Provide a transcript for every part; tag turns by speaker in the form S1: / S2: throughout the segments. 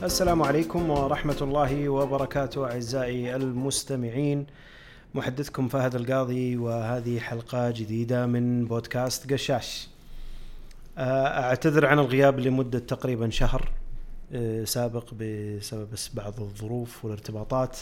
S1: السلام عليكم ورحمة الله وبركاته أعزائي المستمعين، محدثكم فهد القاضي، وهذه حلقة جديدة من بودكاست قشاش. أعتذر عن الغياب لمدة تقريبا شهر سابق بسبب بعض الظروف والارتباطات،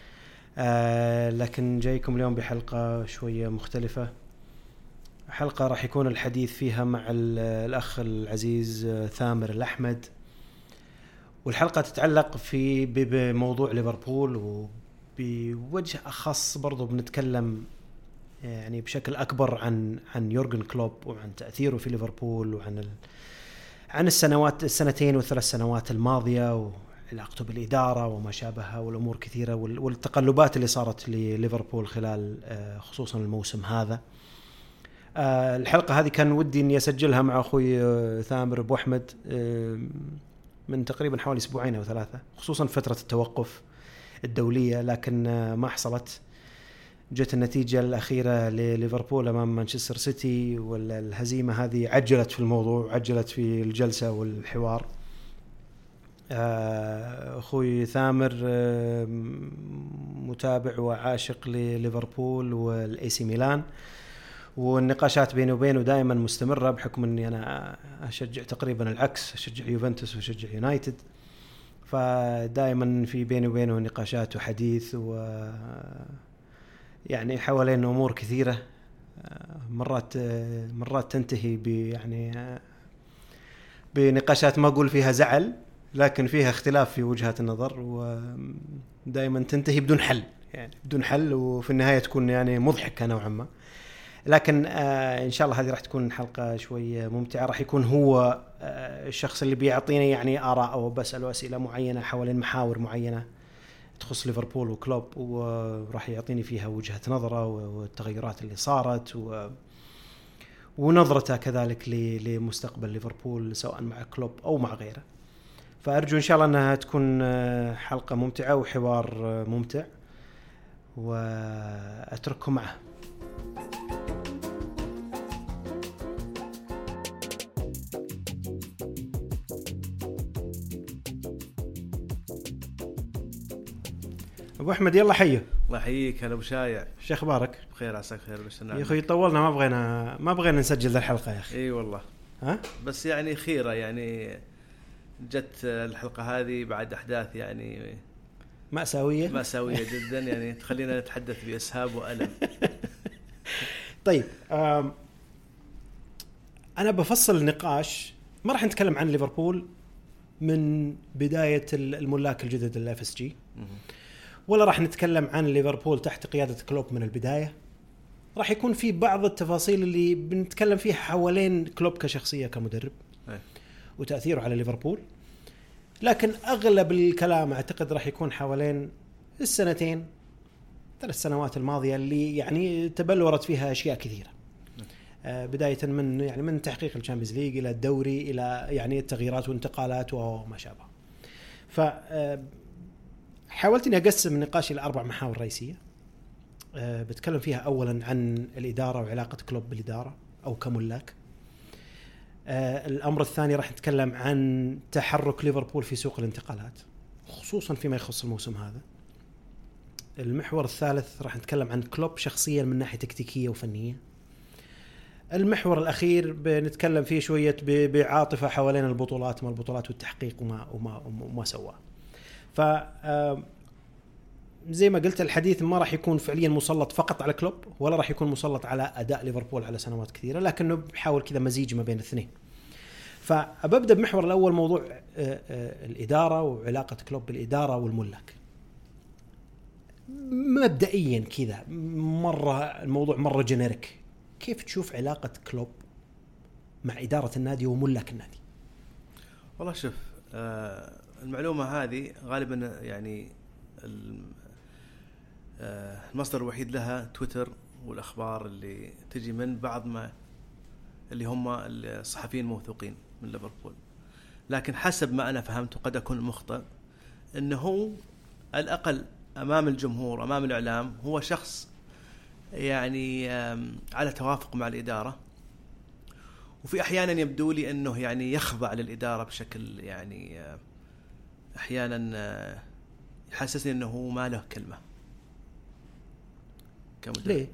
S1: لكن جايكم اليوم بحلقة شوية مختلفة. حلقة راح يكون الحديث فيها مع الأخ العزيز ثامر الأحمد، والحلقة تتعلق بموضوع ليفربول، وبوجه أخص برضو بنتكلم يعني بشكل أكبر عن يورغن كلوب وعن تأثيره في ليفربول، عن السنتين والثلاث سنوات الماضية وعلاقته بالإدارة وما شابهها، والأمور كثيرة والتقلبات اللي صارت لليفربول خلال خصوصا الموسم هذا. الحلقة هذه كان ودي إني أسجلها مع أخوي ثامر أبو أحمد من تقريبا حوالي أسبوعين أو ثلاثة، خصوصا فترة التوقف الدولية، لكن ما حصلت. جت النتيجة الأخيرة لليفربول أمام مانشستر سيتي، والهزيمة هذه عجلت في الموضوع، عجلت في الجلسة والحوار. أخوي ثامر متابع وعاشق لليفربول والإي سي ميلان، والنقاشات بيني وبينه دائما مستمرة، بحكم أني أنا أشجع تقريبا العكس، أشجع يوفنتوس وأشجع يونايتد، فدائما في بيني وبينه نقاشات وحديث، يعني حوالين أمور كثيرة، مرات تنتهي بنقاشات ما أقول فيها زعل، لكن فيها اختلاف في وجهات النظر، ودائما تنتهي بدون حل، يعني بدون حل، وفي النهاية تكون يعني مضحكة نوعا ما. لكن إن شاء الله هذه راح تكون حلقة شوية ممتعة. راح يكون هو الشخص اللي بيعطيني يعني آراء أو بسأله أسئلة معينة حوالين محاور معينة تخص ليفربول وكلوب، وراح يعطيني فيها وجهة نظره والتغيرات اللي صارت ونظرته كذلك لمستقبل ليفربول سواء مع كلوب أو مع غيره. فأرجو إن شاء الله أنها تكون حلقة ممتعة وحوار ممتع، وأترككم معه. أبو أحمد يلا حيه.
S2: الله يحييك. هلا أبو شايع،
S1: شو أخبارك؟
S2: بخير عساك خير. بس
S1: يا أخي طولنا، ما بغينا نسجل الحلقة يا أخي.
S2: إيه والله، بس يعني خيرة، يعني جت الحلقة هذه بعد أحداث يعني مأساوية جدا، يعني تخلينا نتحدث بإسهاب وألم.
S1: طيب أنا بفصل النقاش، ما راح نتكلم عن ليفربول من بداية الملاك الجدد الاف اس جي، ولا راح نتكلم عن ليفربول تحت قيادة كلوب من البداية. راح يكون في بعض التفاصيل اللي بنتكلم فيها حوالين كلوب كشخصية كمدرب وتأثيره على ليفربول، لكن أغلب الكلام أعتقد راح يكون حوالين السنتين 3 سنوات الماضية اللي يعني تبلورت فيها أشياء كثيرة، بداية من تحقيق الشامبيونز ليج إلى الدوري، إلى يعني التغييرات وانتقالات وما شابه. حاولت أني أقسم نقاشي إلى 4 محاور رئيسية. بتكلم فيها أولا عن الإدارة وعلاقة كلوب بالإدارة أو كملاك. الأمر الثاني راح نتكلم عن تحرك ليفربول في سوق الانتقالات، خصوصا فيما يخص الموسم هذا. المحور الثالث راح نتكلم عن كلوب شخصيا من ناحية تكتيكية وفنية. المحور الأخير بنتكلم فيه شوية بعاطفة حوالين البطولات، ما البطولات والتحقيق وما سواه. زي ما قلت الحديث ما راح يكون فعليا مسلط فقط على كلوب، ولا راح يكون مسلط على أداء ليفربول على سنوات كثيرة، لكنه بحاول كذا مزيج ما بين الاثنين. فأبدأ بمحور الأول، موضوع الإدارة وعلاقة كلوب بالإدارة والملاك. مبدئيا كذا الموضوع مرة جينيريك، كيف تشوف علاقة كلوب مع إدارة النادي وملاك النادي؟
S2: والله شوف، المعلومة هذه غالبا يعني المصدر الوحيد لها تويتر والأخبار اللي تجي من بعض ما اللي هم الصحفيين الموثوقين من ليفربول. لكن حسب ما أنا فهمت، وقد أكون مخطئ، أنه الأقل أمام الجمهور أمام الإعلام هو شخص يعني على توافق مع الإدارة، وفي أحيانا يبدو لي أنه يعني يخضع للإدارة بشكل يعني احيانا يحسسني انه هو ما له كلمه كمدرب.
S1: ليه؟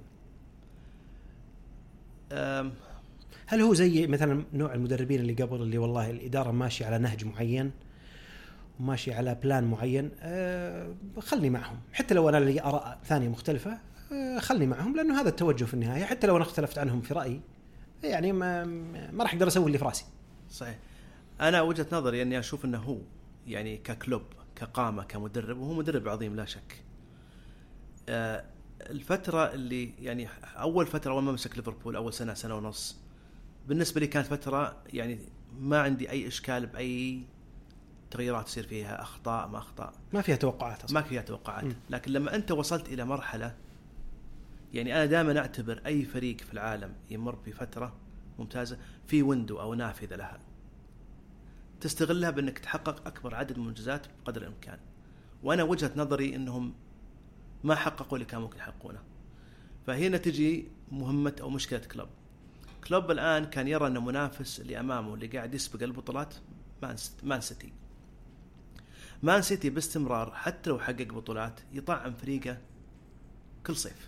S1: هل هو زي مثلا نوع المدربين اللي قبل، اللي والله الإدارة ماشية على نهج معين وماشي على بلان معين، خلني معهم حتى لو أنا لي آراء ثانية مختلفة، خلني معهم، لأنه هذا التوجه في النهاية، حتى لو أنا اختلفت عنهم في رأيي يعني ما راح أقدر أسوي اللي في راسي.
S2: صحيح. أنا وجهة نظري أني أشوف أنه هو يعني ككلوب كقامة كمدرب، وهو مدرب عظيم لا شك. الفترة اللي يعني أول فترة أول ما مسك ليفربول أول سنة ونص، بالنسبة لي كانت فترة يعني ما عندي أي إشكال بأي تغييرات تصير فيها، أخطاء ما أخطاء،
S1: ما فيها توقعات أصلاً.
S2: ما فيها توقعات. لكن لما أنت وصلت إلى مرحلة، يعني أنا دائما أعتبر أي فريق في العالم يمر بفترة ممتازة في ويندو أو نافذة لها، تستغلها بأنك تحقق أكبر عدد من المنجزات بقدر الإمكان. وأنا وجهة نظري أنهم ما حققوا اللي كان ممكن يحققونه. فهنا تجي مهمة أو مشكلة كلوب الآن كان يرى أن منافس اللي أمامه اللي قاعد يسبق البطولات مان سيتي باستمرار حتى لو حقق بطولات يطعم فريقه كل صيف.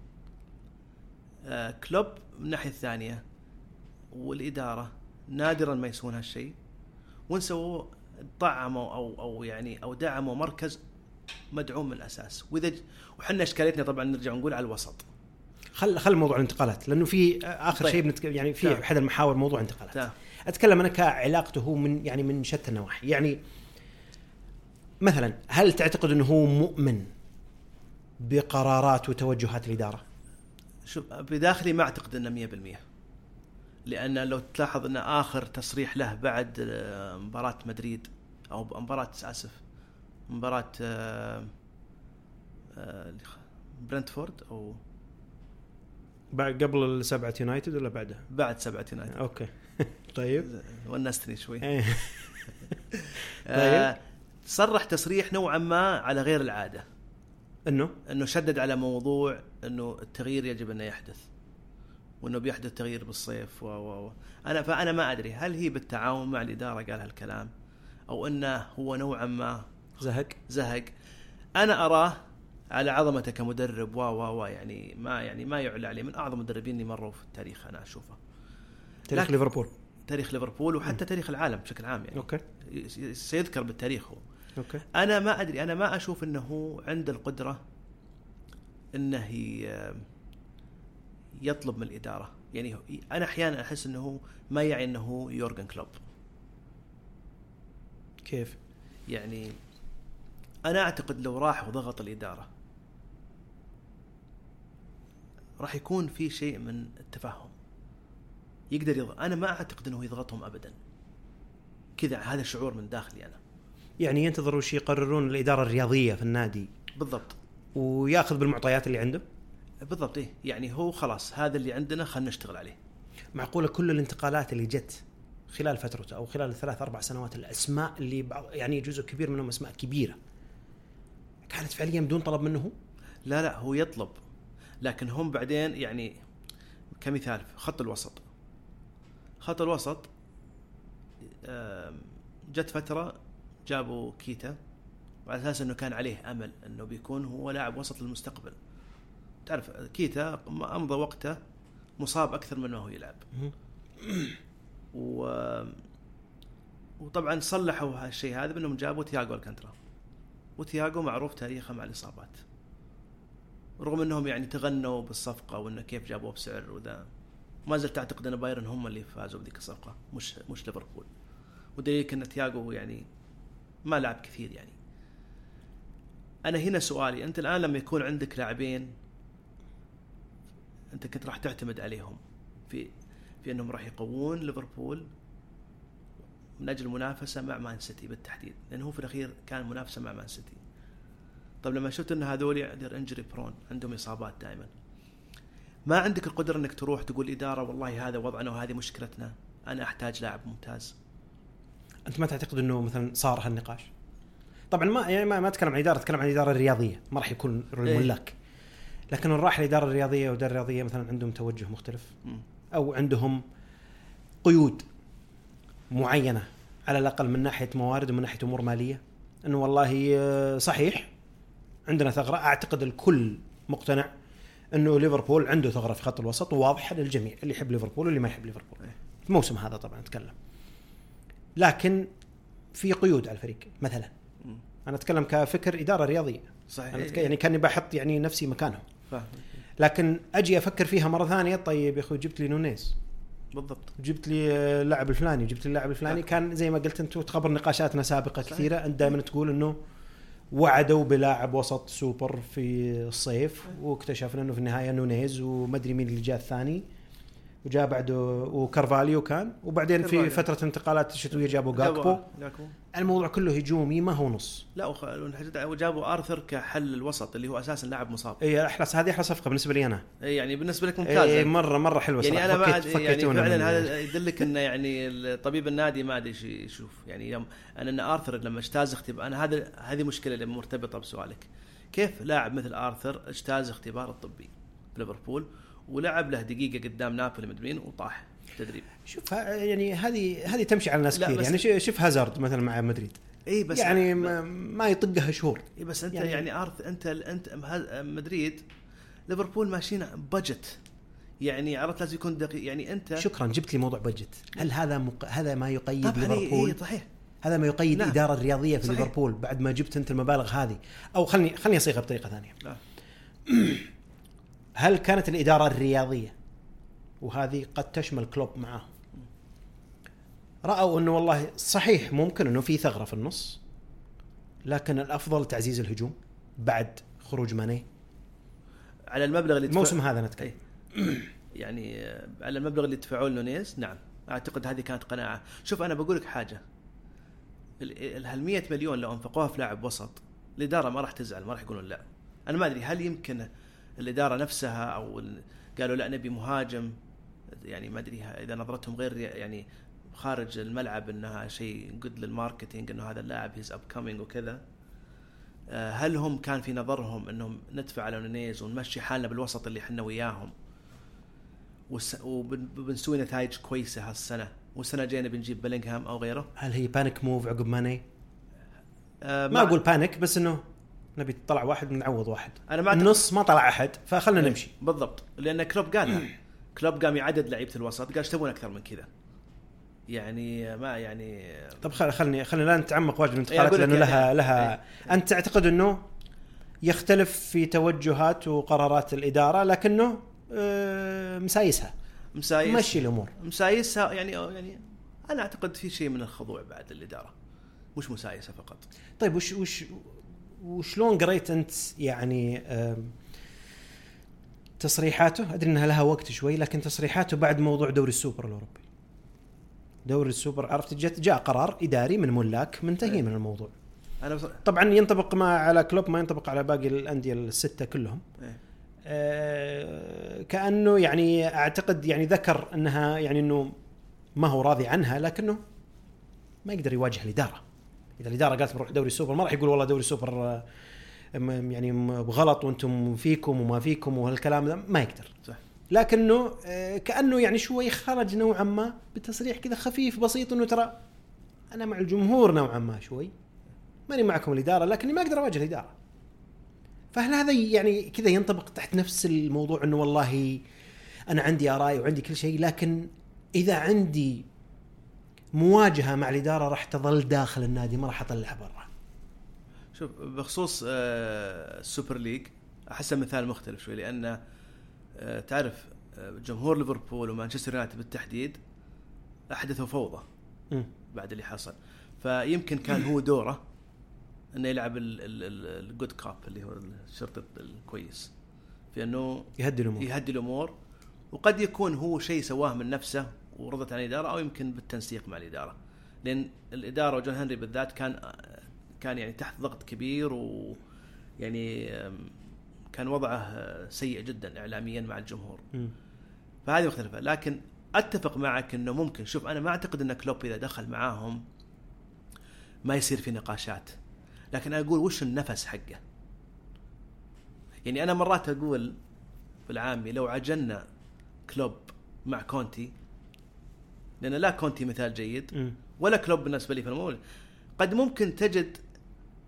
S2: كلوب من الناحية الثانية والإدارة نادرا ما يسوون هالشيء، ونسووا طعموا أو دعموا مركز مدعوم من الأساس. وحنا إشكاليتنا طبعا نرجع نقول على الوسط.
S1: خل موضوع الانتقالات، لأنه في آخر شيء يعني في أحد المحاور موضوع انتقالات. أتكلم أنا كعلاقته من شتى النواحي. يعني مثلا هل تعتقد أنه هو مؤمن بقرارات وتوجهات الإدارة؟
S2: شوف، بداخلي ما أعتقد أنه 100%، لأن لو تلاحظ أن آخر تصريح له بعد مباراة مدريد أو مباراة برنتفورد أو
S1: بعد قبل 7 يونايتد ولا بعدها؟
S2: بعد 7 يونايتد.
S1: أوكي. طيب
S2: ونستني شوي. طيب. صرح تصريح نوعا ما على غير العادة، انه شدد على موضوع انه التغيير يجب انه يحدث، وانه بيحدث تغيير بالصيف فانا ما ادري هل هي بالتعاون مع الاداره قال هالكلام، او انه هو نوعا ما زهق. انا اراه على عظمته كمدرب يعني ما يعلى عليه، من اعظم المدربين اللي مروا في التاريخ انا اشوفه، تاريخ ليفربول وحتى تاريخ العالم بشكل عام يعني.
S1: أوكي.
S2: سيذكر بالتاريخ هو.
S1: أوكي.
S2: أنا ما أدري، أنا ما أشوف أنه عنده القدرة أنه يطلب من الإدارة. يعني أنا أحيانا أحس أنه ما يعني أنه يورغن كلوب.
S1: كيف؟
S2: يعني أنا أعتقد لو راح وضغط الإدارة راح يكون في شيء من التفاهم، يقدر يضغط. أنا ما أعتقد أنه يضغطهم أبدا كذا، هذا الشعور من داخلي أنا.
S1: يعني ينتظروا شيء يقررون الإدارة الرياضية في النادي
S2: بالضبط،
S1: ويأخذ بالمعطيات اللي عنده
S2: بالضبط. إيه يعني هو خلاص هذا اللي عندنا خلنا نشتغل عليه.
S1: معقولة كل الانتقالات اللي جت خلال فترته أو خلال 3-4 سنوات، الأسماء اللي يعني جزء كبير منهم أسماء كبيرة، كانت فعليا بدون طلب منه؟
S2: لا هو يطلب، لكن هم بعدين يعني كمثال خط الوسط جت فترة جابوا كيتا وعلى أساس أنه كان عليه أمل أنه بيكون هو لاعب وسط للمستقبل. تعرف كيتا أمضى وقته مصاب أكثر من ما هو يلعب. وطبعا صلحوا هالشيء هذا بأنهم جابوا تياغو الكانترا، وتياغو معروف تاريخه مع الإصابات، رغم أنهم يعني تغنوا بالصفقة وأنه كيف جابوه بسعر وذا. ما زلت أعتقد أن بايرن هم اللي فازوا بذيك الصفقة مش ليفربول، ودليل أن تياغو يعني ما لعب كثير. يعني أنا هنا سؤالي، أنت الآن لما يكون عندك لاعبين أنت كنت راح تعتمد عليهم في أنهم راح يقوون ليفربول من أجل المنافسة مع مان سيتي بالتحديد، لأنه هو في الأخير كان منافسة مع مان سيتي. طب لما شفت أن هذول يقدر انجري برون، عندهم إصابات دائما، ما عندك القدرة أنك تروح تقول إدارة والله هذا وضعنا وهذه مشكلتنا، أنا أحتاج لاعب ممتاز.
S1: أنت ما تعتقد أنه مثلا صار هالنقاش؟ طبعا ما أتكلم عن إدارة، أتكلم عن الإدارة الرياضية، ما راح يكون الملاك. لكن راح الإدارة الرياضية والإدارة الرياضية مثلا عندهم توجه مختلف، أو عندهم قيود معينة على الأقل من ناحية موارد ومن ناحية أمور مالية، انه والله صحيح عندنا ثغره. اعتقد الكل مقتنع انه ليفربول عنده ثغره في خط الوسط وواضحه للجميع، اللي يحب ليفربول واللي ما يحب ليفربول في الموسم هذا طبعا نتكلم. لكن في قيود على الفريق مثلا. انا اتكلم كفكر اداره رياضيه
S2: صحيح،
S1: يعني كاني بحط يعني نفسي مكانهم.
S2: فاهم.
S1: لكن اجي افكر فيها مره ثانيه، طيب يا اخوي جبت لي نونيز،
S2: بالضبط،
S1: جبت لي اللاعب الفلاني، جبت لي اللاعب الفلاني. كان زي ما قلت انت تخبر نقاشاتنا سابقه
S2: صحيح.
S1: كثيره، انت دائما تقول انه وعدوا بلاعب وسط سوبر في الصيف واكتشفنا انه في النهايه نونيز وما ادري مين اللي جاء الثاني وجاء بعده وكارفاليو كان، وبعدين في فتره انتقالات الشتويه جابوا جاكبو. الموضوع كله هجومي ما هو نص.
S2: لا وجابوا آرثر كحل الوسط اللي هو اساسا لاعب مصاب.
S1: هذه احلى صفقه بالنسبه لي انا.
S2: يعني بالنسبه لك ممتازه.
S1: مره حلوه
S2: يعني انا ما يعني فعلا هذا
S1: يعني.
S2: يدلك انه يعني طبيب النادي ما ادري ايش يشوف. يعني يوم ان آرثر لما اجتاز اختبار، انا هذه مشكله اللي مرتبطه بسؤالك، كيف لاعب مثل آرثر اجتاز اختبار الطبي بليفربول ولعب له دقيقه قدام نابولي مدرين وطاح التدريب.
S1: شوف يعني هذه تمشي على الناس كثير. يعني شوف هازارد مثلا مع مدريد،
S2: اي بس
S1: يعني ما يطقها شهور.
S2: اي بس انت يعني آرثر انت مدريد ليفربول ماشيين بادجت، يعني عرفت لازم يكون دقيق. يعني انت
S1: شكرا جبت لي موضوع بادجت. هل هذا ما يقيد ليفربول؟
S2: إيه صحيح.
S1: هذا ما يقيد
S2: لا.
S1: الاداره الرياضيه في
S2: صحيح.
S1: ليفربول بعد ما جبت انت المبالغ هذه؟ او خلني اصيغها بطريقه ثانيه.
S2: لا.
S1: هل كانت الاداره الرياضيه، وهذه قد تشمل كلوب معاه، رأوا انه والله صحيح ممكن انه في ثغره في النص، لكن الافضل تعزيز الهجوم بعد خروج ماني
S2: على المبلغ اللي
S1: الموسم هذا نتكلم
S2: يعني على المبلغ اللي دفعوه لنونيز؟ نعم اعتقد هذه كانت قناعه. شوف انا بقول لك حاجه، ال 100 مليون لو انفقوها في لاعب وسط الاداره ما راح تزعل، ما راح يقولون لا. انا ما ادري هل يمكن الاداره نفسها او قالوا لا نبي مهاجم، يعني ما ادري اذا نظرتهم غير يعني خارج الملعب انها شيء جود للماركتينج انه هذا اللاعب هيز اب كامينج وكذا. هل هم كان في نظرهم انهم ندفع على نونيز ونمشي حالنا بالوسط اللي احنا وياهم وبنسوي نتائج كويسه هالسنه والسنه الجايه بنجيب بلينغهام او غيره؟
S1: هل هي بانيك موف عقب ماني؟ ما اقول بانيك، بس انه نبي تطلع واحد ونعوض واحد.
S2: انا ما
S1: النص ما طلع احد فخلنا نمشي.
S2: بالضبط، لان كلوب قالها. كلوب قام يعدد لعيبه الوسط، قال ايش تبون اكثر من كذا؟ يعني ما يعني
S1: طب خلني لا نتعمق واجد الانتقالات لانه لها انت تعتقد انه يختلف في توجهات وقرارات الاداره، لكنه مسايسها ماشي الامور
S2: مسايسها. يعني انا اعتقد في شيء من الخضوع بعد الاداره، مش مسايسه فقط.
S1: طيب وشلون قريت انت يعني تصريحاته؟ ادري انها لها وقت شوي، لكن تصريحاته بعد موضوع دوري السوبر الاوروبي. دوري السوبر عرفت جاء قرار اداري من ملاك منتهين من الموضوع.
S2: أنا
S1: طبعا ينطبق ما على كلوب ما ينطبق على باقي الانديه السته كلهم. كانه يعني اعتقد يعني ذكر انها يعني انه ما هو راضي عنها، لكنه ما يقدر يواجه الاداره. اذا الاداره قالت بروح دوري السوبر ما راح يقول والله دوري السوبر يعني غلط وانتم فيكم وما فيكم وهالكلام ده، ما يقدر.
S2: صح.
S1: لكنه كأنه يعني شوي خرج نوعا ما بتصريح كذا خفيف بسيط انه ترى انا مع الجمهور نوعا ما شوي، ماني معكم الاداره لكني ما اقدر اواجه الاداره. فهل هذا يعني كذا ينطبق تحت نفس الموضوع انه والله انا عندي آراء وعندي كل شيء، لكن اذا عندي مواجهه مع الاداره راح تظل داخل النادي ما راح اطلعها برا؟
S2: شوف بخصوص السوبر ليج احسن مثال مختلف شوي، لان تعرف جمهور ليفربول ومانشستر يونايتد بالتحديد احدثوا فوضى بعد اللي حصل. فيمكن كان هو دوره انه يلعب الجود كاب اللي هو الشرط الكويس في انه يهدي الامور، وقد يكون هو شيء سواه من نفسه ورضت عن الاداره، او يمكن بالتنسيق مع الاداره، لان الاداره وجون هنري بالذات كان يعني تحت ضغط كبير، ويعني كان وضعه سيء جدا اعلاميا مع الجمهور. فهذه مختلفه. لكن اتفق معك انه ممكن، شوف انا ما اعتقد ان كلوب اذا دخل معاهم ما يصير في نقاشات، لكن اقول وش النفس حقه. يعني انا مرات اقول بالعامي لو عجلنا كلوب مع كونتي، لان لا كونتي مثال جيد ولا كلوب بالنسبه لي في الموضوع، قد ممكن تجد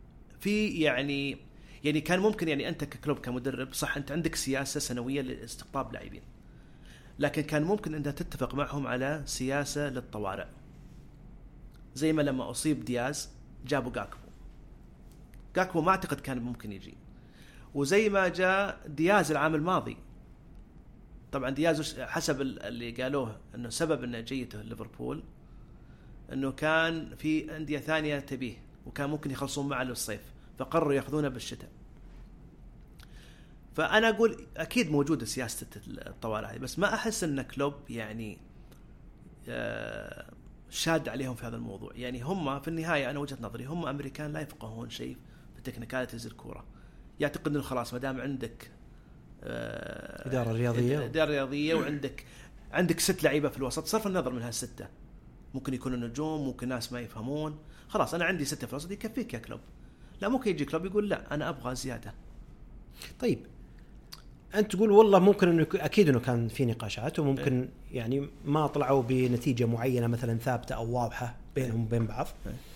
S2: في يعني كان ممكن يعني أنت ككلوب كمدرب صح أنت عندك سياسة سنوية لاستقطاب لاعبين، لكن كان ممكن أنت تتفق معهم على سياسة للطوارئ، زي ما لما أصيب دياز جابوا جاكبو ما أعتقد كان ممكن يجي، وزي ما جاء دياز العام الماضي. طبعا دياز حسب اللي قالوه أنه سبب أنه جيته ليفربول أنه كان في أندية ثانية تبيه وكان ممكن يخلصون معه للصيف، فقرروا يأخذونه بالشتاء. فأنا أقول أكيد موجودة سياسة الطوارئ هذه، بس ما أحس أن كلوب يعني شاد عليهم في هذا الموضوع. يعني هم في النهاية أنا وجهة نظري هم أمريكان لا يفقهون شيء في تكنيكاليتيز الكورة، يعتقد أنه خلاص ما دام عندك
S1: إدارة رياضية
S2: وعندك 6 لعيبة في الوسط، صرف النظر من هالستة ممكن يكونوا نجوم ممكن ناس ما يفهمون، خلاص أنا عندي 6 في الوسط يكفيك يا كلوب. لا ممكن يجي كلوب يقول لا أنا أبغى زيادة.
S1: طيب أنت تقول والله ممكن إنه أكيد إنه كان في نقاشات وممكن يعني ما طلعوا بنتيجة معينة مثلا ثابتة أو واضحة بينهم وبين بعض.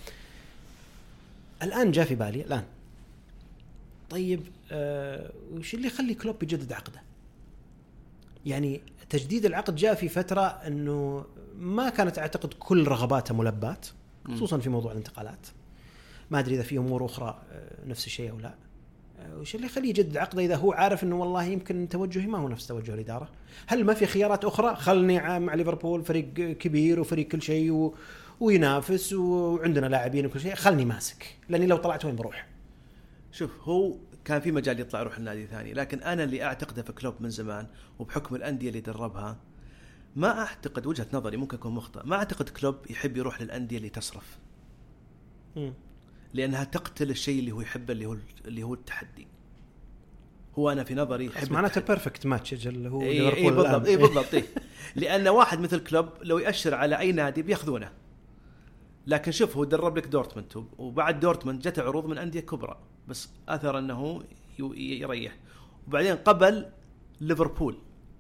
S1: الآن جاء في بالي الآن طيب وش اللي يخلي كلوب يجدد عقده؟ يعني تجديد العقد جاء في فترة أنه ما كانت أعتقد كل رغباته ملبات، خصوصا في موضوع الانتقالات. ما أدري إذا في أمور أخرى نفس الشيء أو لا. وش اللي يخليه يجدد عقده إذا هو عارف أنه والله يمكن توجهي ما هو نفس توجه الإدارة؟ هل ما في خيارات أخرى؟ خلني مع ليفربول فريق كبير وفريق كل شيء وينافس وعندنا لاعبين وكل شيء، خلني ماسك لأني لو طلعت وين بروح؟
S2: شوف هو كان في مجال يطلع يروح النادي ثاني، لكن أنا اللي أعتقده في كلوب من زمان وبحكم الأندية اللي دربها ما أعتقد، وجهة نظري ممكن أكون مخطئ، ما أعتقد كلوب يحب يروح للأندية اللي تصرف لأنها تقتل الشيء اللي هو يحبه اللي هو التحدي. هو أنا في نظري يحب
S1: معناته بيرفكت ماتش اللي هو
S2: ليفربول بالضبط لأن واحد مثل كلوب لو يأشر على أي نادي بياخذونه. لكن شوف هو درب لك دورتموند وبعد دورتموند جت عروض من أندية كبرى بس أثر أنه يريح، وبعدين قبل ليفربول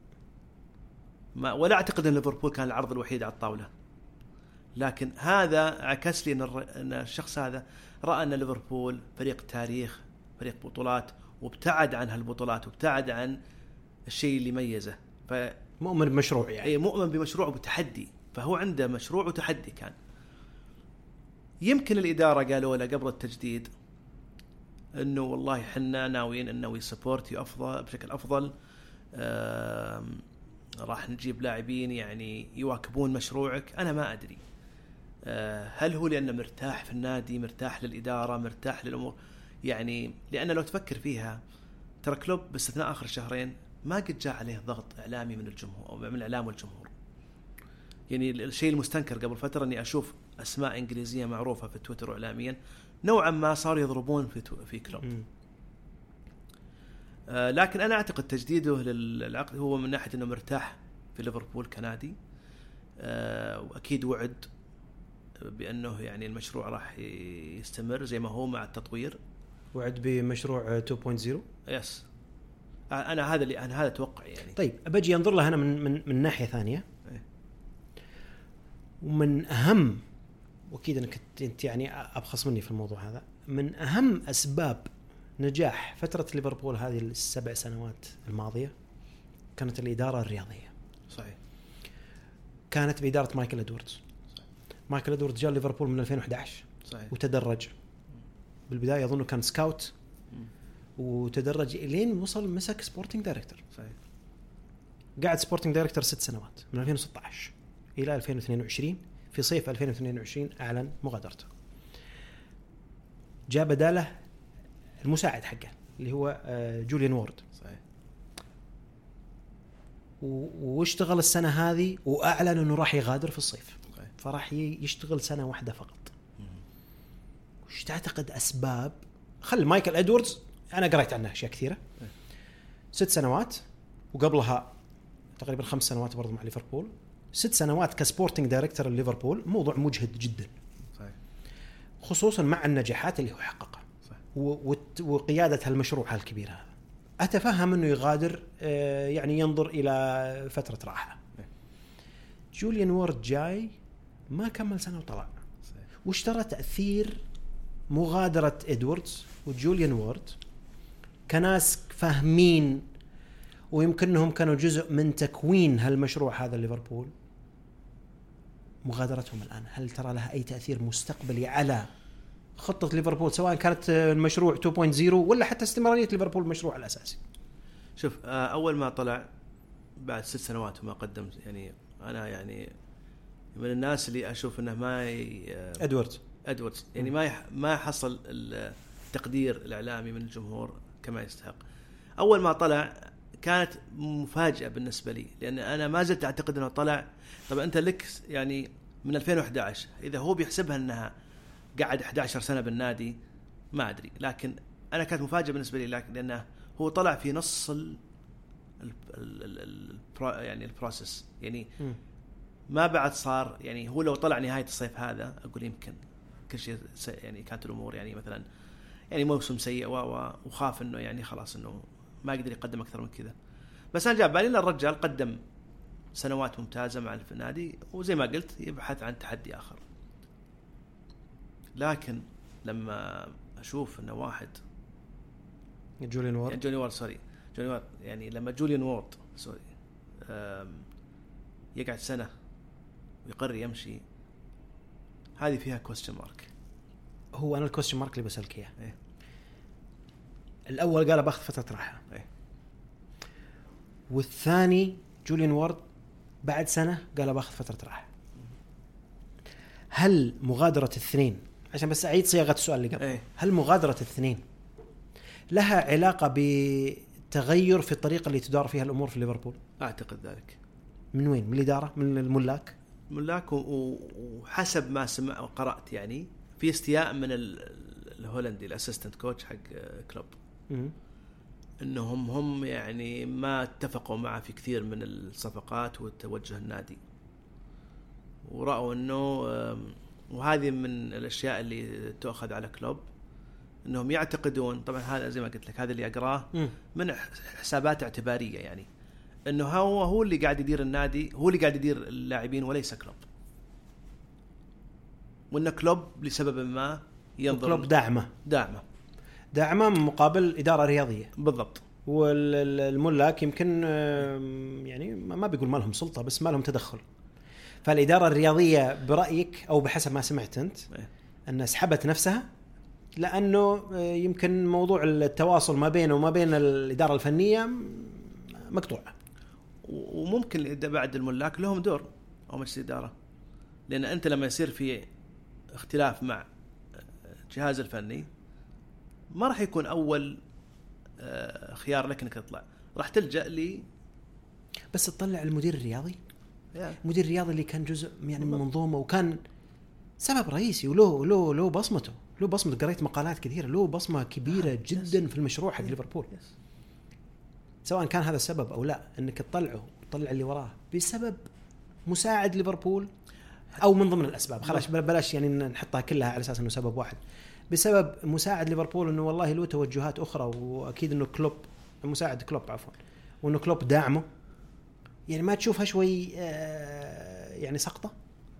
S2: ولا أعتقد أن ليفربول كان العرض الوحيد على الطاولة، لكن هذا عكس لي أن الشخص هذا رأى أن ليفربول فريق تاريخ فريق بطولات وابتعد عن هالبطولات وابتعد عن الشيء اللي ميزه،
S1: مؤمن بمشروع يعني
S2: مؤمن بمشروع وبتحدي، فهو عنده مشروع وتحدي. كان يمكن الإدارة قالوا له قبل التجديد إنه والله حنا ناويين إنه يسبورت أفضل بشكل أفضل، راح نجيب لاعبين يعني يواكبون مشروعك. أنا ما أدري هل هو لأنه مرتاح في النادي، مرتاح للإدارة، مرتاح للأمور، يعني لأن لو تفكر فيها ترى كلوب باستثناء آخر شهرين ما قد جاء عليه ضغط إعلامي من الجمهور أو من الإعلام والجمهور. يعني الشيء المستنكر قبل فترة أني أشوف أسماء إنجليزية معروفة في تويتر وإعلاميا نوعا ما صاروا يضربون في كلوب. لكن أنا أعتقد تجديده للعقد هو من ناحية أنه مرتاح في ليفربول كنادي، وأكيد وعد بأنه يعني المشروع راح يستمر زي ما هو مع التطوير،
S1: وعد بمشروع 2.0.
S2: يس أنا هذا أتوقع يعني.
S1: طيب أبجي أنظر لها أنا من ناحية ثانية ومن أهم، وأكيد أنك أنت يعني أبخص مني في الموضوع هذا، من أهم أسباب نجاح فترة ليفربول هذه ال7 سنوات الماضية كانت الإدارة الرياضية.
S2: صحيح.
S1: كانت بإدارة مايكل إدواردز. مايكل إدواردز جاء ليفربول من 2011.
S2: صحيح.
S1: وتدرج بالبداية أظنه كان سكاوت وتدرج إلين وصل مسك سبورتينج دايركتور.
S2: صحيح.
S1: قاعد سبورتينج دايركتور 6 سنوات من 2016 إلى 2022. في صيف 2022 أعلن مغادرته. جاء بداله المساعد حقه اللي هو جوليان وورد.
S2: صحيح.
S1: واشتغل السنة هذه وأعلن أنه راح يغادر في الصيف.
S2: صحيح.
S1: فراح يشتغل سنة واحدة فقط. وش تعتقد أسباب خل مايكل إدواردز؟ أنا قرأت عنه أشياء كثيرة. 6 سنوات وقبلها تقريبا 5 سنوات برضو مع ليفربول. 6 سنوات كسبورتينج دايركتور لليفربول موضوع مجهد جدا.
S2: صحيح.
S1: خصوصا مع النجاحات اللي هو حققها. وقيادة هالمشروع هالكبير هذا. أتفهم أنه يغادر يعني ينظر إلى فترة راحة. جوليان وورد جاي ما كمل سنة وطلع. واشترى تأثير مغادرة إدواردز وجوليان وورد كناس فاهمين ويمكنهم كانوا جزء من تكوين هالمشروع هذا ليفربول، مغادرتهم الآن هل ترى لها أي تأثير مستقبلي على خطة ليفربول سواء كانت المشروع 2.0 ولا حتى استمرارية ليفربول المشروع الأساسي؟
S2: شوف أول ما طلع بعد 6 سنوات وما قدم، يعني أنا يعني من الناس اللي أشوف أنه ما إدواردز يعني ما حصل التقدير الإعلامي من الجمهور كما يستحق. أول ما طلع كانت مفاجأة بالنسبة لي، لأن أنا ما زلت أعتقد أنه طلع. طبعا أنت لك يعني من 2011 إذا هو بيحسبها أنها قعد 11 سنة بالنادي ما أدري، لكن أنا كانت مفاجأة بالنسبة لي، لأنه هو طلع في نص يعني البروسيس، يعني ما بعد صار. يعني هو لو طلع نهاية الصيف هذا أقول يمكن كل شيء يعني كانت الأمور يعني مثلا يعني موسم سيء وخاف إنه يعني خلاص إنه ما يقدر يقدم أكثر من كذا. بس أنا جاب بالي الرجال قدم سنوات ممتازة مع النادي، وزي ما قلت يبحث عن تحدي آخر. لكن لما أشوف إنه واحد
S1: جوليان
S2: وورد يعني لما جوليان وورد يقعد سنة ويقرر يمشي، هذه فيها كويستشن مارك.
S1: هو أنا الكويستشن مارك اللي بسألك إياه.
S2: إيه؟
S1: الأول قال باخذ فترة راحة،
S2: إيه؟
S1: والثاني جوليان وورد بعد سنة قال باخذ فترة راحة. هل مغادرة الاثنين، عشان بس أعيد صياغة السؤال اللي قبل،
S2: إيه؟
S1: هل مغادرة الاثنين لها علاقة بتغير في الطريقة اللي تدار فيها الأمور في ليفربول؟
S2: أعتقد ذلك.
S1: من وين؟ من الإدارة؟ من الملاك؟ وحسب ما سمع وقرأت يعني في استياء من الهولندي الأسيستنت كوتش حق كلوب، إنهم هم يعني ما اتفقوا معه في كثير من الصفقات وتوجه النادي، ورأوا إنه وهذه من الأشياء اللي تأخذ على كلوب، إنهم يعتقدون. طبعا هذا زي ما قلت لك هذا اللي أقراه من حسابات اعتبارية، يعني إنه هو اللي قاعد يدير النادي، هو اللي قاعد يدير اللاعبين وليس كلوب، وإن كلوب لسبب ما ينظر كلوب داعمة مقابل إدارة رياضية.
S2: بالضبط.
S1: والملاك يمكن يعني ما بيقول ما لهم سلطة بس ما لهم تدخل. فالإدارة الرياضية برأيك أو بحسب ما سمعت أنت أن سحبت نفسها لأنه يمكن موضوع التواصل ما بينه وما بين الإدارة الفنية مقطوعة.
S2: وممكن بعد الملاك لهم دور أو مجلس إدارة، لأن أنت لما يصير في اختلاف مع الجهاز الفني ما راح يكون أول خيار لك إنك تطلع، راح تلجأ لي
S1: بس تطلع المدير الرياضي. المدير الرياضي اللي كان جزء يعني من منظومة وكان سبب رئيسي له بصمته، قريت مقالات كثيرة، له بصمة كبيرة جدا في المشروع حق ليفربول. سواء كان هذا السبب أو لا، إنك تطلع اللي وراه بسبب مساعد ليفربول أو من ضمن الأسباب، خلاص بلاش يعني نحطها كلها على أساس إنه سبب واحد، بسبب مساعد ليفربول إنه والله له توجهات أخرى، وأكيد إنه كلوب مساعد كلوب عفوا، وإنه كلوب داعمه. يعني ما تشوفها شوي يعني سقطة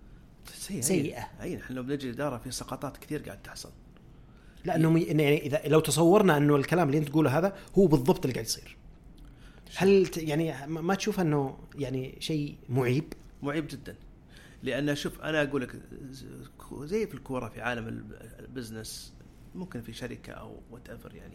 S1: سيئة.
S2: أي نحن لو بنجي إدارة في سقطات كثير قاعد تحصل،
S1: لأنه يعني إذا لو تصورنا إنه الكلام اللي أنت تقوله هذا هو بالضبط اللي قاعد يصير، هل يعني ما تشوف إنه يعني شيء معيب
S2: جدا؟ لأن شوف أنا أقول لك زي في الكورة في عالم البزنس، ممكن في شركة أو whatever يعني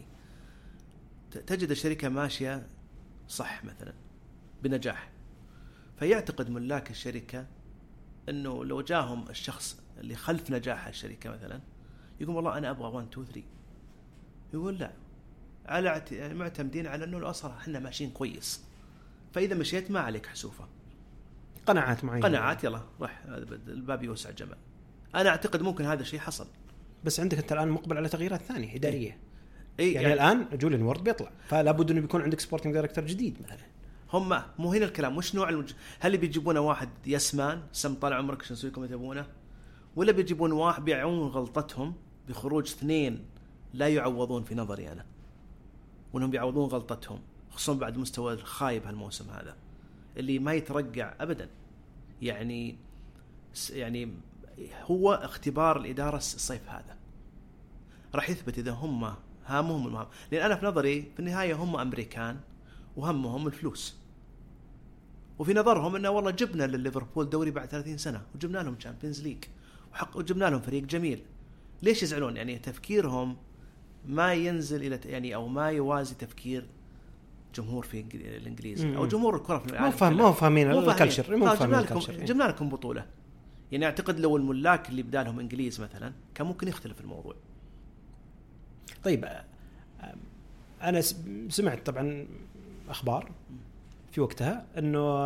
S2: تجد الشركة ماشية صح مثلا بنجاح، فيعتقد ملاك الشركة أنه لو جاهم الشخص اللي خلف نجاح الشركة مثلا يقول والله أنا أبغى 1 2 3، يقول لا، على معتمدين على أنه الأصل إحنا ماشيين كويس، فإذا مشيت ما عليك حسوفة،
S1: قناعات معينة،
S2: يلا راح الباب يوسع جمال. أنا أعتقد ممكن هذا الشيء حصل،
S1: بس عندك أنت الآن مقبل على تغييرات ثانية إدارية.
S2: يعني
S1: الآن جوليان وورد بيطلع، فلا بد إنه بيكون عندك سبورتنج دايركتور جديد مثلا.
S2: هم مو هنا الكلام، مش نوع هل بيجيبونه واحد يسمان سم طال عمرك شو نسويكم تبونه، ولا بيجيبون واحد بيعون غلطتهم بخروج 2 لا يعوضون في نظري أنا، وأنهم بيعوضون غلطتهم خصوصا بعد مستوى الخايب هالموسم هذا اللي ما يترجع أبدا. يعني هو اختبار الإدارة الصيف هذا، راح يثبت اذا هم هامهم المهم. لان انا في نظري في النهايه هم امريكان وهمهم الفلوس، وفي نظرهم انه والله جبنا لليفربول دوري بعد 30 سنه وجبنا لهم تشامبيونز ليج وجبنا لهم فريق جميل. ليش يزعلون؟ يعني تفكيرهم ما ينزل الى يعني او ما يوازي تفكير جمهور في الانجليز او جمهور الكره في العالم.
S1: مو فاهمين الكلتشر.
S2: جبنا لكم بطوله. يعني اعتقد لو الملاك اللي بدالهم انجليز مثلا كان ممكن يختلف الموضوع.
S1: طيب انا سمعت طبعا اخبار في وقتها انه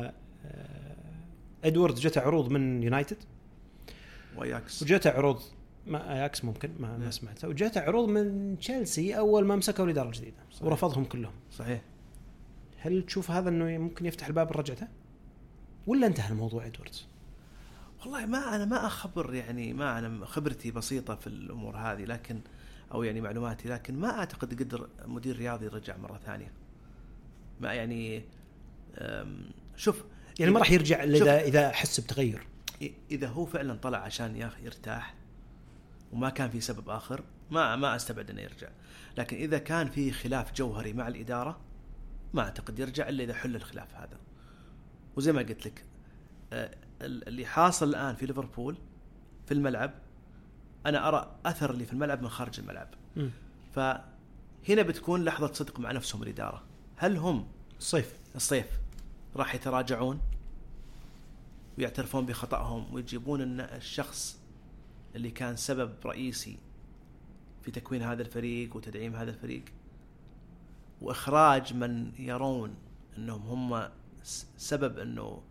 S1: ادوارد جته عروض من يونايتد
S2: واياكس،
S1: وجته عروض ما اياكس ممكن ما سمعتها، وجته عروض من تشيلسي اول ما مسكوا الاداره الجديده ورفضهم كلهم.
S2: صحيح.
S1: هل تشوف هذا انه ممكن يفتح الباب لرجعته ولا انتهى الموضوع ادواردز؟
S2: والله انا ما اخبر، يعني ما انا خبرتي بسيطه في الامور هذه، لكن او يعني معلوماتي، لكن ما اعتقد قدر مدير رياضي يرجع مره ثانيه. ما يعني شوف
S1: يعني ما راح يرجع اذا حس بتغير.
S2: اذا هو فعلا طلع عشان يرتاح وما كان في سبب اخر ما استبعد انه يرجع. لكن اذا كان في خلاف جوهري مع الاداره ما اعتقد يرجع الا اذا حل الخلاف هذا. وزي ما قلت لك اللي حاصل الان في ليفربول في الملعب، انا ارى اثر اللي في الملعب من خارج الملعب. فهنا بتكون لحظه صدق مع نفسهم الاداره. هل هم الصيف راح يتراجعون ويعترفون بخطأهم ويجيبون الشخص اللي كان سبب رئيسي في تكوين هذا الفريق وتدعيم هذا الفريق وإخراج من يرون أنهم هم سبب أنه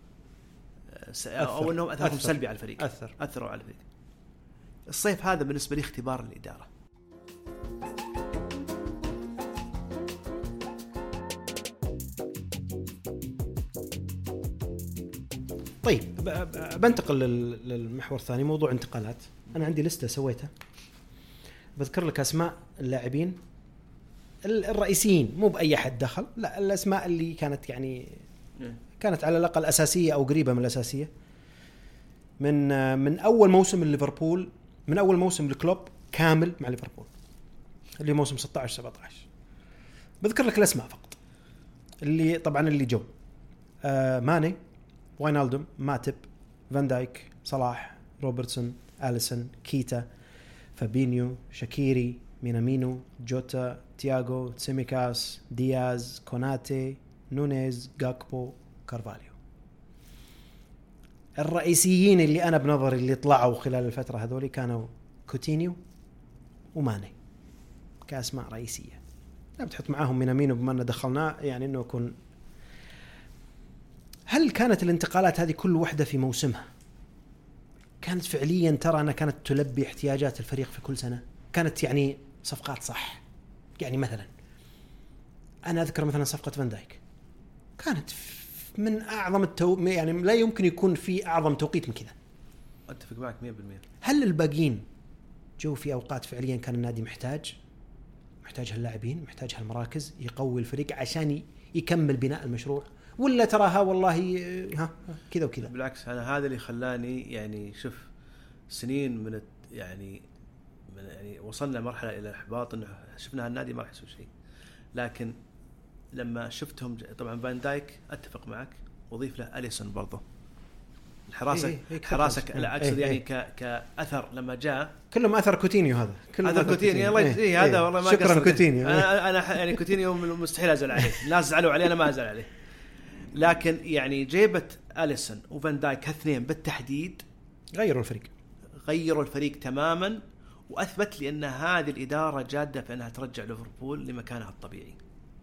S2: أو أنهم أثرهم سلبي على الفريق، أثروا على الفريق. الصيف هذا بالنسبة لي اختبار الإدارة.
S1: طيب بنتقل للمحور الثاني، موضوع انتقالات. أنا عندي لستة سويتها بذكر لك أسماء اللاعبين الرئيسيين، مو بأي حد دخل، لا الأسماء اللي كانت يعني كانت على الأقل أساسية أو قريبة من الأساسية من أول موسم ليفربول، من أول موسم لكلوب كامل مع ليفربول اللي موسم 16-17. بذكر لك الأسماء فقط اللي طبعا اللي جو ماني، واينالدوم، ماتب، فان دايك، صلاح، روبرتسون، آليسون، كيتا، فابينيو، شاكيري، مينامينو، جوتا، تياغو، تسيميكاس، دياز، كوناتي، نونيز، غاكبو، كارفاليو. الرئيسيين اللي أنا بنظري اللي طلعوا خلال الفترة هذولي كانوا كوتينيو وماني كأسماء رئيسية. لا بتحط معاهم مينامينو بما أنه دخلناه يعني أنه يكون. هل كانت الانتقالات هذه كل واحدة في موسمها كانت فعليا ترى أنها كانت تلبي احتياجات الفريق في كل سنة؟ كانت يعني صفقات صح؟ يعني مثلا أنا أذكر مثلا صفقة فان دايك كانت من أعظم يعني لا يمكن يكون في أعظم توقيت من كذا.
S2: أتفق معك 100%.
S1: هل الباقين جو في أوقات فعليا كان النادي محتاج هاللاعبين، محتاج هالمراكز يقوي الفريق عشان يكمل بناء المشروع، ولا تراها والله كذا وكذا؟
S2: بالعكس، أنا هذا اللي خلاني يعني شوف سنين من يعني وصلنا مرحلة إلى الإحباط إنه شفنا هالنادي ما راح يسوي شيء. لكن لما شفتهم طبعا فان دايك أتفق معك، وضيف له أليسون برضه الحراسة حراسك لا أقصد يعني كأثر لما جاء
S1: كلهم أثر كوتينيو. هذا
S2: أثر كوتينيو الله هذا والله ما
S1: شكرا كوتينيو.
S2: أنا يعني كوتينيو مستحيل أزعل عليه، الناس زعلوا عليه أنا ما أزعل عليه. لكن يعني جيبت أليسون وفان دايك اثنين بالتحديد غيروا الفريق تماما، وأثبت لي أن هذه الإدارة جادة في أنها ترجع ليفربول لمكانها الطبيعي.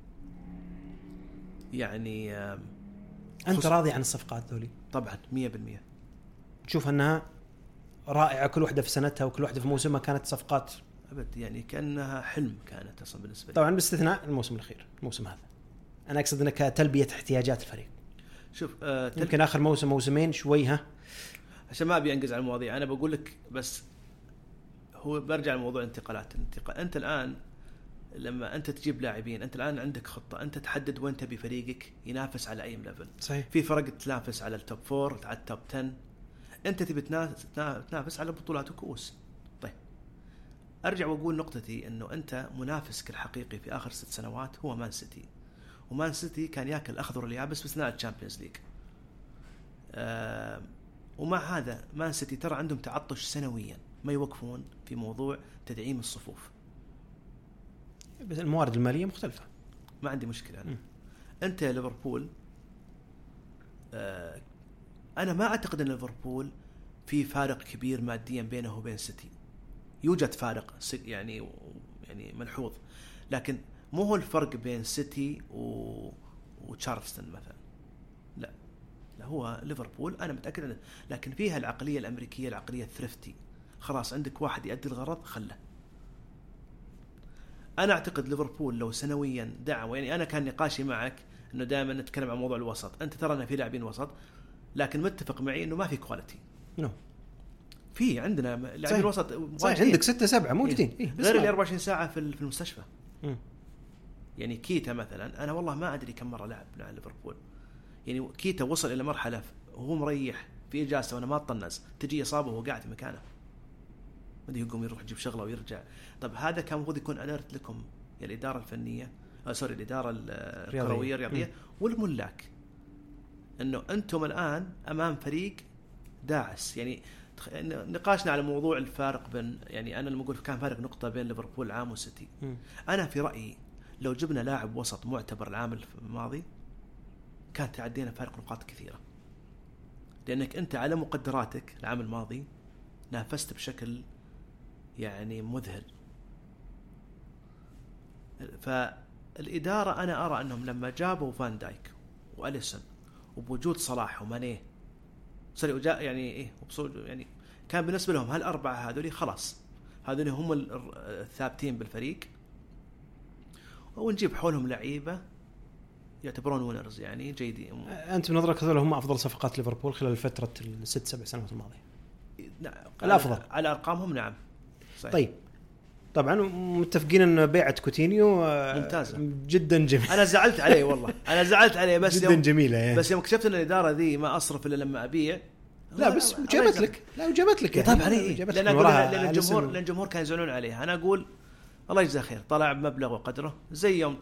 S2: يعني
S1: أنت راضي عن الصفقات ذولي؟
S2: طبعا 100%.
S1: تشوف أنها رائعة كل واحدة في سنتها وكل واحدة في موسمها كانت صفقات
S2: أبد، يعني كأنها حلم كانت أصلا بالنسبة لي.
S1: طبعا باستثناء الموسم الأخير، الموسم هذا أنا أقصد أنك تلبية احتياجات الفريق.
S2: شوف
S1: يمكن آخر موسمين شوي
S2: عشان ما أبي أنقز على المواضيع، أنا بقول لك بس هو برجع لموضوع الانتقالات. أنت الآن لما أنت تجيب لاعبين، أنت الآن عندك خطة، أنت تحدد وين تبي فريقك ينافس على أي ليفل.
S1: صحيح.
S2: في فرق تنافس على التوب 4 على التوب 10، أنت تبي تنافس على بطولات وكؤوس. طيب ارجع واقول نقطتي انه انت منافسك الحقيقي في اخر 6 سنوات هو مان سيتي، ومان سيتي كان ياكل الاخضر واليابس باستثناء الشامبيونز ليج. ومع هذا مان سيتي ترى عندهم تعطش سنويا ما يوقفون في موضوع تدعيم الصفوف.
S1: بس الموارد الماليه مختلفه،
S2: ما عندي مشكله أنا. انت يا ليفربول، انا ما اعتقد ان ليفربول في فارق كبير ماديا بينه وبين سيتي. يوجد فارق يعني ملحوظ، لكن مو هو الفرق بين سيتي وتشارلستون مثلا. لا هو ليفربول انا متاكد انه، لكن فيها العقليه الامريكيه، العقليه الثريفتي. خلاص عندك واحد يؤدي الغرض خله. انا اعتقد ليفربول لو سنويا دعم، يعني انا كان نقاشي معك انه دائما نتكلم عن موضوع الوسط. انت ترى ان في لاعبين وسط، لكن متفق معي انه ما في كواليتي. في عندنا لاعبين وسط
S1: صحيح، عندك 6-7 موجودين.
S2: إيه؟ غير اللي 24 ساعه في المستشفى. يعني كيتا مثلا، انا والله ما ادري كم مره لعب مع ليفربول. يعني كيتا وصل الى مرحله وهو مريح في اجازه وانا ما اطنز، تجي اصابه وهو قاعد في مكانه، ما يقوم يروح يجيب شغله ويرجع. طب هذا كان المفروض يكون اليرت لكم يا الاداره الفنيه، الاداره الكرويه الرياضيه والملاك، انه انتم الان امام فريق داعس. يعني نقاشنا على موضوع الفارق بين، يعني انا لما اقول كان فارق نقطه بين ليفربول العام وسيتي، انا في رايي لو جبنا لاعب وسط معتبر العام الماضي كانت تعدينا فارق نقاط كثيره، لانك انت على مقدراتك العام الماضي نافست بشكل يعني مذهل. فالإدارة أنا أرى أنهم لما جابوا فان دايك وأليسون وبوجود صلاح ومانيه يعني إيه يعني كان بالنسبة لهم هالأربعة هذولي خلاص، هذولي هم الثابتين بالفريق، ونجيب حولهم لعيبة يعتبرون وينرز يعني جيدين.
S1: أنت بنظرك هذول هم أفضل صفقات ليفربول خلال فترة 6-7 سنوات الماضية؟
S2: نعم
S1: الأفضل
S2: على أرقامهم. نعم
S1: صحيح. طيب طبعا متفقين ان بيعه كوتينيو
S2: ممتازه
S1: جدا جميله.
S2: انا زعلت عليه والله، انا زعلت عليه، بس
S1: جدا جميله يعني.
S2: بس يوم اكتشفت ان الاداره ذي ما اصرف الا لما ابيع.
S1: لا بس جابت لك، لا وجابت لك
S2: طبعا إيه؟ لان الجمهور كان يزعلون عليه. انا اقول الله يجزاه خير، طلع بمبلغ وقدره زي يوم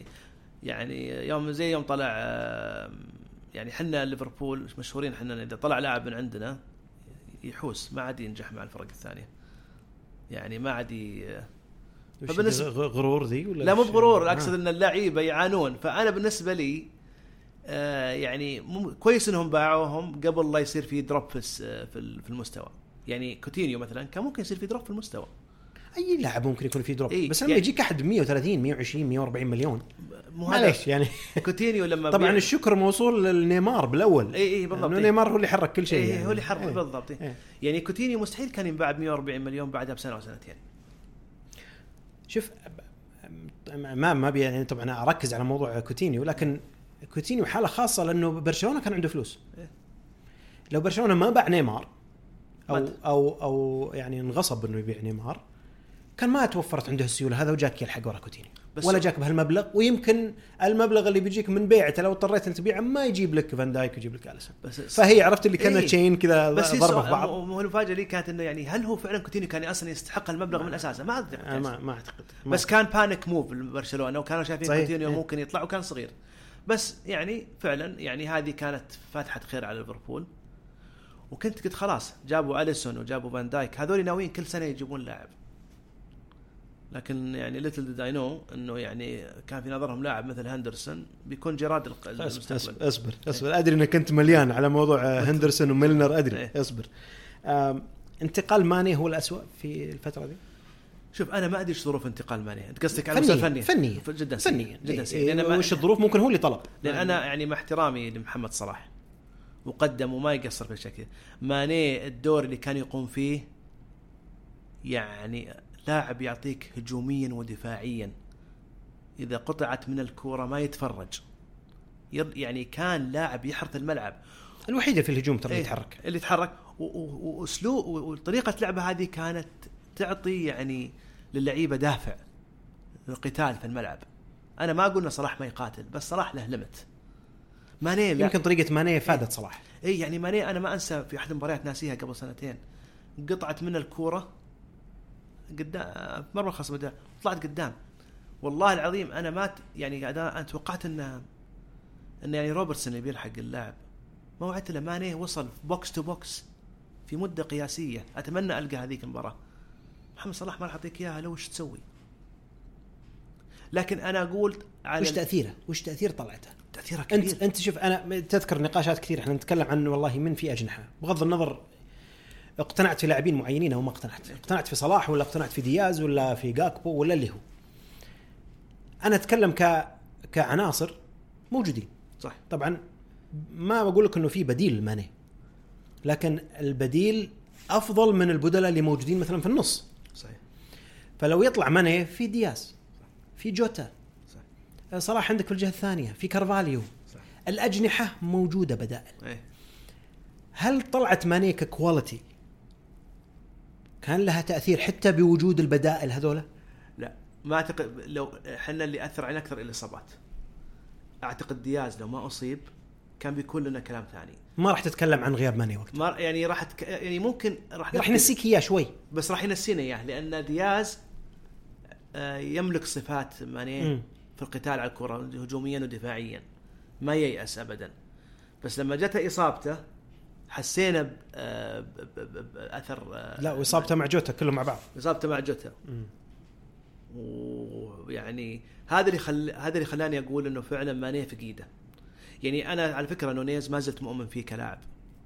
S2: زي يوم طلع. يعني حنا ليفربول مشهورين حنا اذا طلع لاعب من عندنا يحوس ما عاد ينجح مع الفرق الثانيه، يعني ما عاد
S1: غرور ذي ولا
S2: لا؟ مو بغرور، اقصد ان اللاعيبه يعانون. فانا بالنسبه لي يعني كويس انهم باعوهم قبل لا يصير في دروب في المستوى. يعني كوتينيو مثلا كان ممكن يصير في دروب في المستوى،
S1: اي لاعب ممكن يكون في دروب،
S2: إيه؟
S1: بس لما يجيك احد 130 120 140 مليون معليش يعني.
S2: كوتينيو لما
S1: طبعا الشكر موصول للنيمار بالاول.
S2: اي بالضبط،
S1: نيمار هو اللي حرك كل شيء.
S2: يعني هو اللي حرك بالضبط. يعني كوتينيو مستحيل كان ينباع ب 140 مليون بعدها بسنه او سنتين.
S1: شوف ما يعني طبعا اركز على موضوع كوتينيو، لكن كوتينيو حاله خاصه لانه برشلونه كان عنده فلوس. لو برشلونه ما باع نيمار او يعني انغصب انه يبيع نيمار كان ما توفرت عنده السيوله هذا وجاك يلحق ورا كوتينيو، ولا جاك بهالمبلغ. ويمكن المبلغ اللي بيجيك من بيعته لو اضطريت انت تبيعه ما يجيب لك فان دايك ويجيب لك أليسون. فهي عرفت اللي كانت تشين كذا ضربه في بعض.
S2: مو المفاجاه لي كانت انه يعني هل هو فعلا كوتينيو كان اصلا يستحق المبلغ من اساسه؟ ما
S1: اعتقد.
S2: بس كان بانيك موف لبرشلونه، وكانوا شايفين كوتينيو ممكن يطلع وكان صغير. بس يعني فعلا يعني هذه كانت فاتحه خير على ليفربول. وكنت قلت خلاص جابوا أليسون وجابوا فان دايك، هذول ناويين كل سنه يجيبون لاعب. لكن يعني little did I know انه يعني كان في نظرهم لاعب مثل هندرسون بيكون جراد المستقبل.
S1: اصبر ادري انك كنت مليان على موضوع هندرسون وميلنر، ادري. اصبر. انتقال ماني هو الأسوأ في الفتره دي.
S2: شوف انا ما ادري ايش ظروف انتقال ماني، انت قصدك على المستوى
S1: فني
S2: جدا
S1: لان وش الظروف؟ ممكن هو اللي طلب.
S2: لان انا يعني مع احترامي لمحمد صلاح وقدم وما يقصر في الشكل، ماني الدور اللي كان يقوم فيه يعني لاعب يعطيك هجوميا ودفاعيا، إذا قطعت من الكرة ما يتفرج، يعني كان لاعب يحرث الملعب
S1: الوحيدة في الهجوم ترى
S2: اللي يتحرك وأسلوب وطريقة لعبه هذه كانت تعطي يعني للعيبة دافع القتال في الملعب. أنا ما أقول إن صلاح ما يقاتل، بس صلاح له لمت. ماني
S1: يمكن طريقة ماني فادت صلاح.
S2: يعني ماني أنا ما أنسى في أحد المباريات ناسيها قبل سنتين، قطعت من الكرة قدام مرمى خصم ده، طلعت قدام. والله العظيم انا ما يعني انا توقعت ان يعني روبرتسون اللي بيلحق اللاعب، ما وعدت له ماني وصل بوكس تو بوكس في مده قياسيه. اتمنى القى هذيك المباراه. محمد صلاح ما راح يعطيك اياها لو وش تسوي. لكن انا اقول على
S1: وش تاثير طلعته؟
S2: تاثيره كبير.
S1: انت شوف، انا تذكر نقاشات كثير احنا نتكلم عن والله من في اجنحه، بغض النظر اقتنعت في لاعبين معينين او ما اقتنعت في صلاح ولا اقتنعت في دياز ولا في جاكبو ولا اللي هو. انا اتكلم كعناصر موجودين
S2: صح.
S1: طبعا ما بقول لك انه في بديل ماني، لكن البديل افضل من البدلاء اللي موجودين مثلا في النص.
S2: صحيح.
S1: فلو يطلع ماني في دياز، في جوتا، صح. صلاح عندك في الجهه الثانيه في كارفاليو، صح. الاجنحه موجوده بدائل.
S2: ايه.
S1: هل طلعت ماني ككواليتي كان لها تاثير حتى بوجود البدائل هذولا؟
S2: لا ما اعتقد. لو احنا اللي اثر علينا اكثر الاصابات، اعتقد دياز لو ما اصيب كان بيكون لنا كلام ثاني.
S1: ما راح تتكلم عن غياب ماني وقت،
S2: ما يعني يعني ممكن راح
S1: ينسيك اياه شوي،
S2: بس راح ينسينا اياه، لان دياز يملك صفات ماني في القتال على الكره هجوميا ودفاعيا، ما ييأس ابدا. بس لما جت اصابته حسينا باثر.
S1: لا واصابته مع جوتا كلهم مع بعض.
S2: اصابته مع جوتا. ويعني هذا اللي خلاني اقول انه فعلا ماني في ايده. يعني انا على فكره نونيز ما زلت مؤمن فيه كلاعب،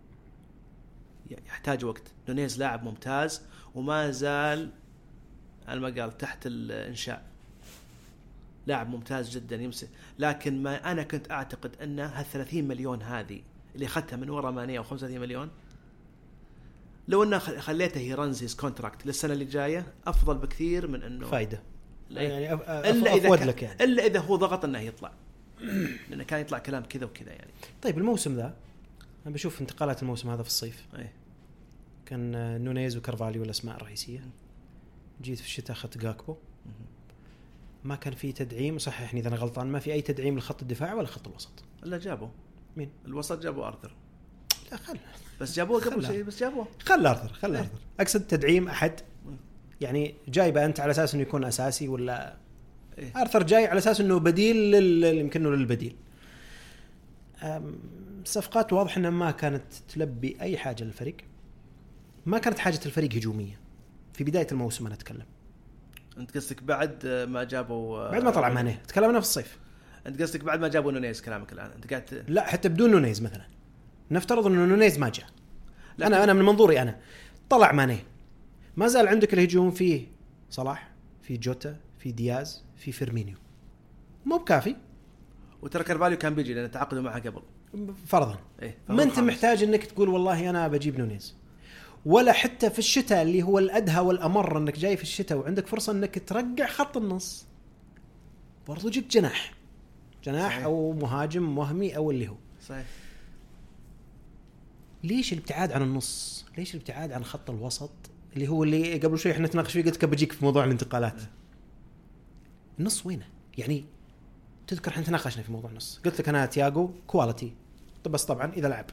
S2: يحتاج وقت. نونيز لاعب ممتاز وما زال على ما قال تحت الانشاء، لاعب ممتاز جدا يمسك. لكن ما انا كنت اعتقد ان هال30 مليون هذه اللي اخذتها من وراء ماني او 35 مليون، لو انه خليته يرنزيز كونتراكت للسنه اللي جايه افضل بكثير من انه
S1: فايده يعني
S2: الا اذا هو ضغط انه يطلع، لانه كان يطلع كلام كذا وكذا يعني.
S1: طيب الموسم ذا انا بشوف انتقالات الموسم هذا في الصيف كان نونيز وكارفاليو الاسماء الرئيسيه. جيت في الشتاء اخذت جاكبو، ما كان في تدعيم، صححني اذا انا غلطان، ما في اي تدعيم لخط الدفاع ولا خط الوسط.
S2: الا جابوا
S1: مين
S2: الوسط؟ جابوا ارثر.
S1: لا خل
S2: بس جابوه قبل شيء، بس جابوه
S1: خل ارثر. اقصد تدعيم احد يعني جايبه انت على اساس انه يكون اساسي ولا ارثر جاي على اساس انه بديل يمكنه للبديل. الصفقات واضح انها ما كانت تلبي اي حاجه للفريق، ما كانت حاجه الفريق هجوميه في بدايه الموسم. انا اتكلم
S2: انت قصدك بعد ما جابوا،
S1: بعد ما طلع ماني، تكلمنا في الصيف.
S2: انت قصدك بعد ما جابوا نونيز كلامك الان انت قاعد
S1: لا حتى بدون نونيز مثلا، نفترض انه نونيز ما جاء. انا من منظوري انا طلع ماني، ما زال عندك الهجوم فيه صلاح، في جوتا، في دياز، في فيرمينيو، مو بكافي.
S2: وترى كارفاليو كان بيجي لأن تعاقدوا معه قبل
S1: فرضا. ما انت محتاج انك تقول والله انا بجيب نونيز، ولا حتى في الشتاء اللي هو الادهى والامر انك جاي في الشتاء وعندك فرصه انك ترجع خط النص، برضو جبت جناح صحيح. او مهاجم وهمي او اللي هو
S2: صحيح.
S1: ليش الابتعاد عن النص؟ ليش الابتعاد عن خط الوسط اللي هو اللي قبل شوي احنا تناقش فيه؟ قلت لك بجيك في موضوع الانتقالات. النص وينه؟ يعني تذكر احنا تناقشنا في موضوع النص، قلت لك انا تياغو كواليتي، بس طبعا اذا لعب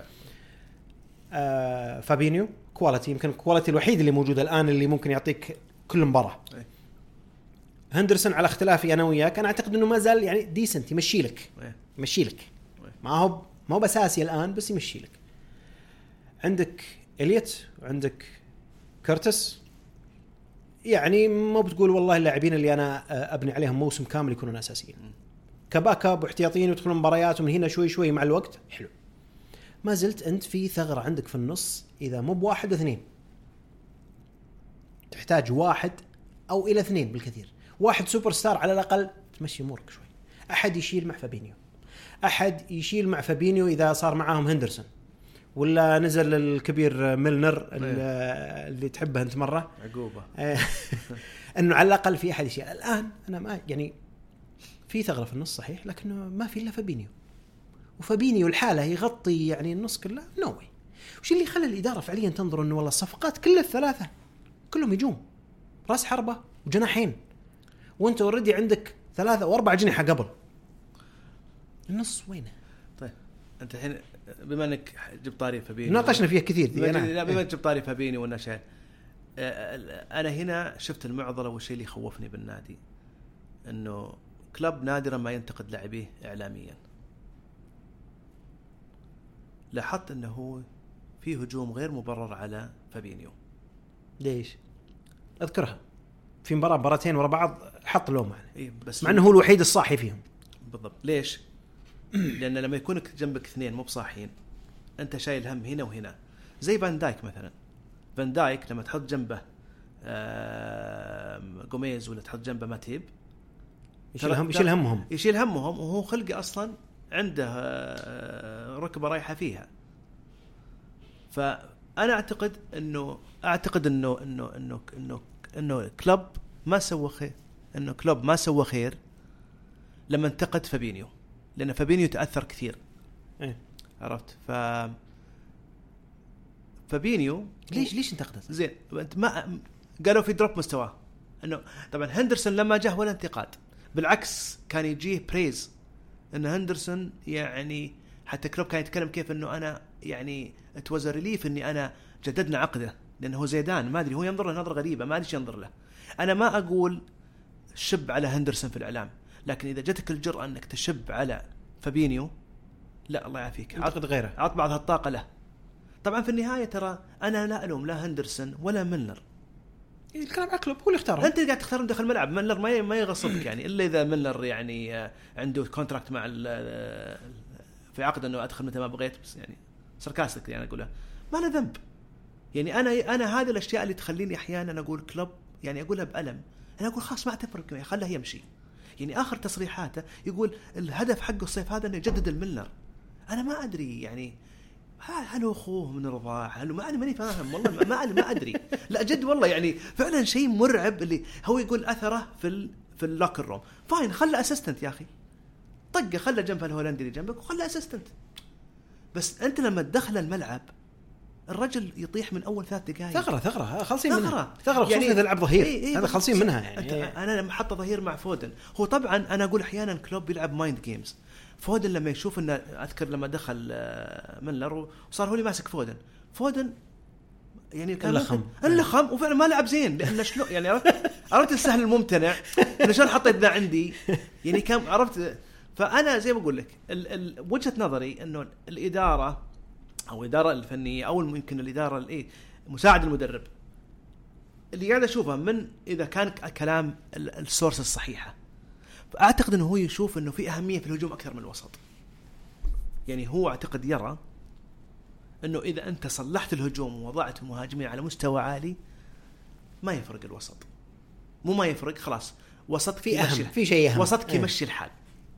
S1: فابينيو كواليتي، يمكن الكواليتي الوحيد اللي موجود الان اللي ممكن يعطيك كل مباراه. هندرسون على اختلافي انا وياك انا اعتقد انه ما زال يعني ديسنت، يمشي لك ما هو بساسي الان بس يمشي لك. عندك إليوت وعندك كورتس، يعني ما بتقول والله اللاعبين اللي انا ابني عليهم موسم كامل يكونون اساسيين، كباك اب واحتياطيين ويدخلون مباريات ومن هنا شوي مع الوقت حلو. ما زلت انت في ثغره عندك في النص، اذا مو بواحد واثنين تحتاج واحد او الى اثنين بالكثير، واحد سوبر ستار على الاقل تمشي امورك شوي، احد يشيل مع فابينيو، احد يشيل مع فابينيو اذا صار معاهم هندرسون ولا نزل الكبير ميلنر اللي تحبه انت مره
S2: عقوبه
S1: انه على الاقل في احد يشيل. الان انا ما يعني في ثغره في النص صحيح، لكنه ما في الا فابينيو، وفابينيو الحاله يغطي يعني النص كله. نووي وش اللي خلى الاداره فعليا تنظر انه والله الصفقات كل الثلاثه كلهم هجوم، راس حربه وجناحين، وانت اوريدي عندك 3 و4 أجنحة قبل، النص وينه؟
S2: طيب انت الحين بما انك جبت طاري فابينيو
S1: ناقشنا فيها كثير
S2: لا بما انك جبت طاري فابينيو والنشأ، انا هنا شفت المعضله والشيء اللي خوفني بالنادي انه كلوب نادرا ما ينتقد لاعبيه اعلاميا. لاحظت انه في هجوم غير مبرر على فابينيو.
S1: ليش؟ اذكرها في مباراتين ورا بعض حط لوم عليه.
S2: إيه بس
S1: مع انه هو الوحيد الصاحي فيهم.
S2: بالضبط. ليش؟ لان لما يكونك جنبك اثنين مو بصاحيين انت شايل هم هنا وهنا. زي فان دايك مثلا، فان دايك لما تحط جنبه غوميز ولا تحط جنبه ماتيب يشيل همهم وهو خلقه اصلا عنده ركبه رايحه فيها. فانا اعتقد انه كلوب ما سوى خير، انه كلوب ما سوى خير لما انتقد فابينيو، لان فابينيو تاثر كثير. عرفت؟ فابينيو
S1: ليش انتقدت؟
S2: زين ما قالوا في دروب مستواه. انه طبعا هندرسون لما جاء ولا انتقاد، بالعكس كان يجيه بريز. ان هندرسون يعني حتى كلوب كان يتكلم كيف انه انا يعني اتوزر ريليف اني انا جددنا عقده، لانه هو زيدان ما ادري هو ينظر له نظره غريبه ما ادري ايش ينظر له. انا ما اقول شب على هندرسون في الاعلام، لكن اذا جتك الجرأة انك تشب على فابينيو لا الله يعافيك،
S1: اعتقد غيره
S2: عط بعض هالطاقه له. طبعا في النهايه ترى انا لا الوم لا هندرسون ولا ميلنر،
S1: الكلام على كلوب هو اللي اختاره.
S2: انت قاعد تختار داخل الملعب. ميلنر ما يغصبك يعني، الا اذا ميلنر يعني عنده كونتراكت مع في عقد انه ادخل متى ما بغيت، بس يعني سركاستك يعني اقولها ما له ذنب. يعني انا هذه الاشياء اللي تخليني احيانا اقول كلوب يعني اقولها بألم. انا اقول خلاص ما تفرق خليه يمشي. يعني اخر تصريحاته يقول الهدف حقه الصيف هذا انه يجدد الميلنر. انا ما ادري يعني هل هو اخوه من الرضاعه، هل ماني فاهم والله ما ادري. لا جد والله يعني فعلا شيء مرعب اللي هو يقول اثره في اللوكر روم. فاين خلى اسيستنت يا اخي، طقه خلى جنب الهولندي اللي جنبك وخلى اسيستنت. بس انت لما تدخل الملعب الرجل يطيح من اول 3 دقائق.
S1: ثغره خلصين منها ثغره يعني تلعب ظهير. هذا خلصين منها يعني.
S2: انا لما حط ظهير مع فودن، هو طبعا انا اقول احيانا كلوب يلعب مايند جيمز. فودن لما يشوف انه اذكر لما دخل ميلنر وصار هو اللي ماسك فودن يعني كان اللخم وفعلا ما لعب زين، لان شلون يعني عرفت السهل الممتنع انه شلون حطيت ذا عندي يعني كان عرفت. فانا زي ما اقول لك وجهه نظري انه الاداره او الاداره الفنيه او يمكن الاداره مساعد المدرب اللي قاعد اشوفها من اذا كان كلام السورس الصحيحه، فاعتقد انه هو يشوف انه في اهميه في الهجوم اكثر من الوسط. يعني هو اعتقد يرى انه اذا انت صلحت الهجوم ووضعت المهاجمين على مستوى عالي ما يفرق الوسط، مو ما يفرق خلاص وسط
S1: في اهم في شيء اهم
S2: وسطك يمشي الحال.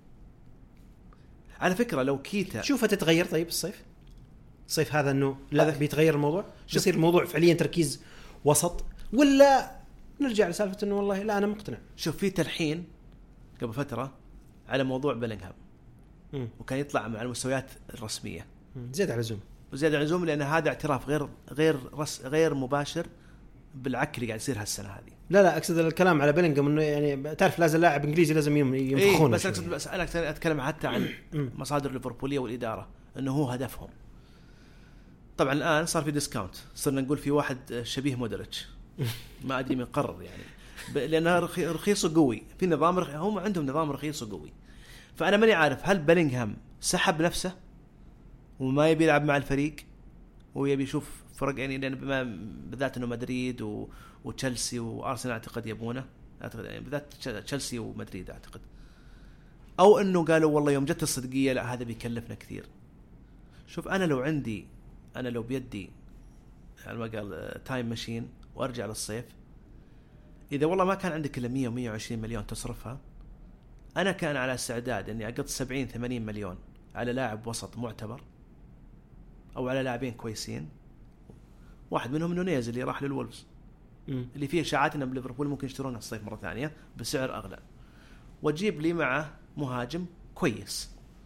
S2: على فكره لو كيتا
S1: شوفها تتغير طيب الصيف هذا انه لا بيتغير الموضوع، يصير الموضوع فعليا تركيز وسط، ولا نرجع لسالفه انه والله لا انا مقتنع.
S2: شوف في تلحين قبل فتره على موضوع بيلينغهام وكان يطلع مع المستويات الرسميه
S1: زيادة على
S2: اللزوم لان هذا اعتراف غير مباشر بالعك اللي قاعد يصير هالسنه هذه.
S1: لا اقصد الكلام على بيلينغهام انه يعني تعرف لازم لاعب انجليزي لازم ينفخونه.
S2: بس انا اتكلم حتى عن مصادر ليفربوليه والاداره انه هو هدفهم. طبعا الان صار في ديسكاونت، صرنا نقول في واحد شبيه مودريتش ما ادري من قرر يعني لانه رخيص وقوي في نظام هم عندهم نظام رخيص وقوي. فانا ماني عارف هل بيلينغهام سحب نفسه وما يبي يلعب مع الفريق ويبي يشوف فرق يعني، لان بالذات انه مدريد وتشيلسي وارسنال اعتقد يبونه، اعتقد يعني بالذات تشيلسي ومدريد اعتقد، او انه قالوا والله يوم جت الصدقيه لا هذا بيكلفنا كثير. شوف انا لو بيدي على ما قال تايم ماشين وارجع للصيف، اذا والله ما كان عندك الا 100 و120 مليون تصرفها، انا كان على استعداد اني اقط 70-80 مليون على لاعب وسط معتبر او على لاعبين كويسين. واحد منهم نونيز اللي راح للولفز اللي فيه اشاعات انه بليفربول ممكن يشترونه الصيف مره ثانيه بسعر اغلى، واجيب لي معه مهاجم كويس.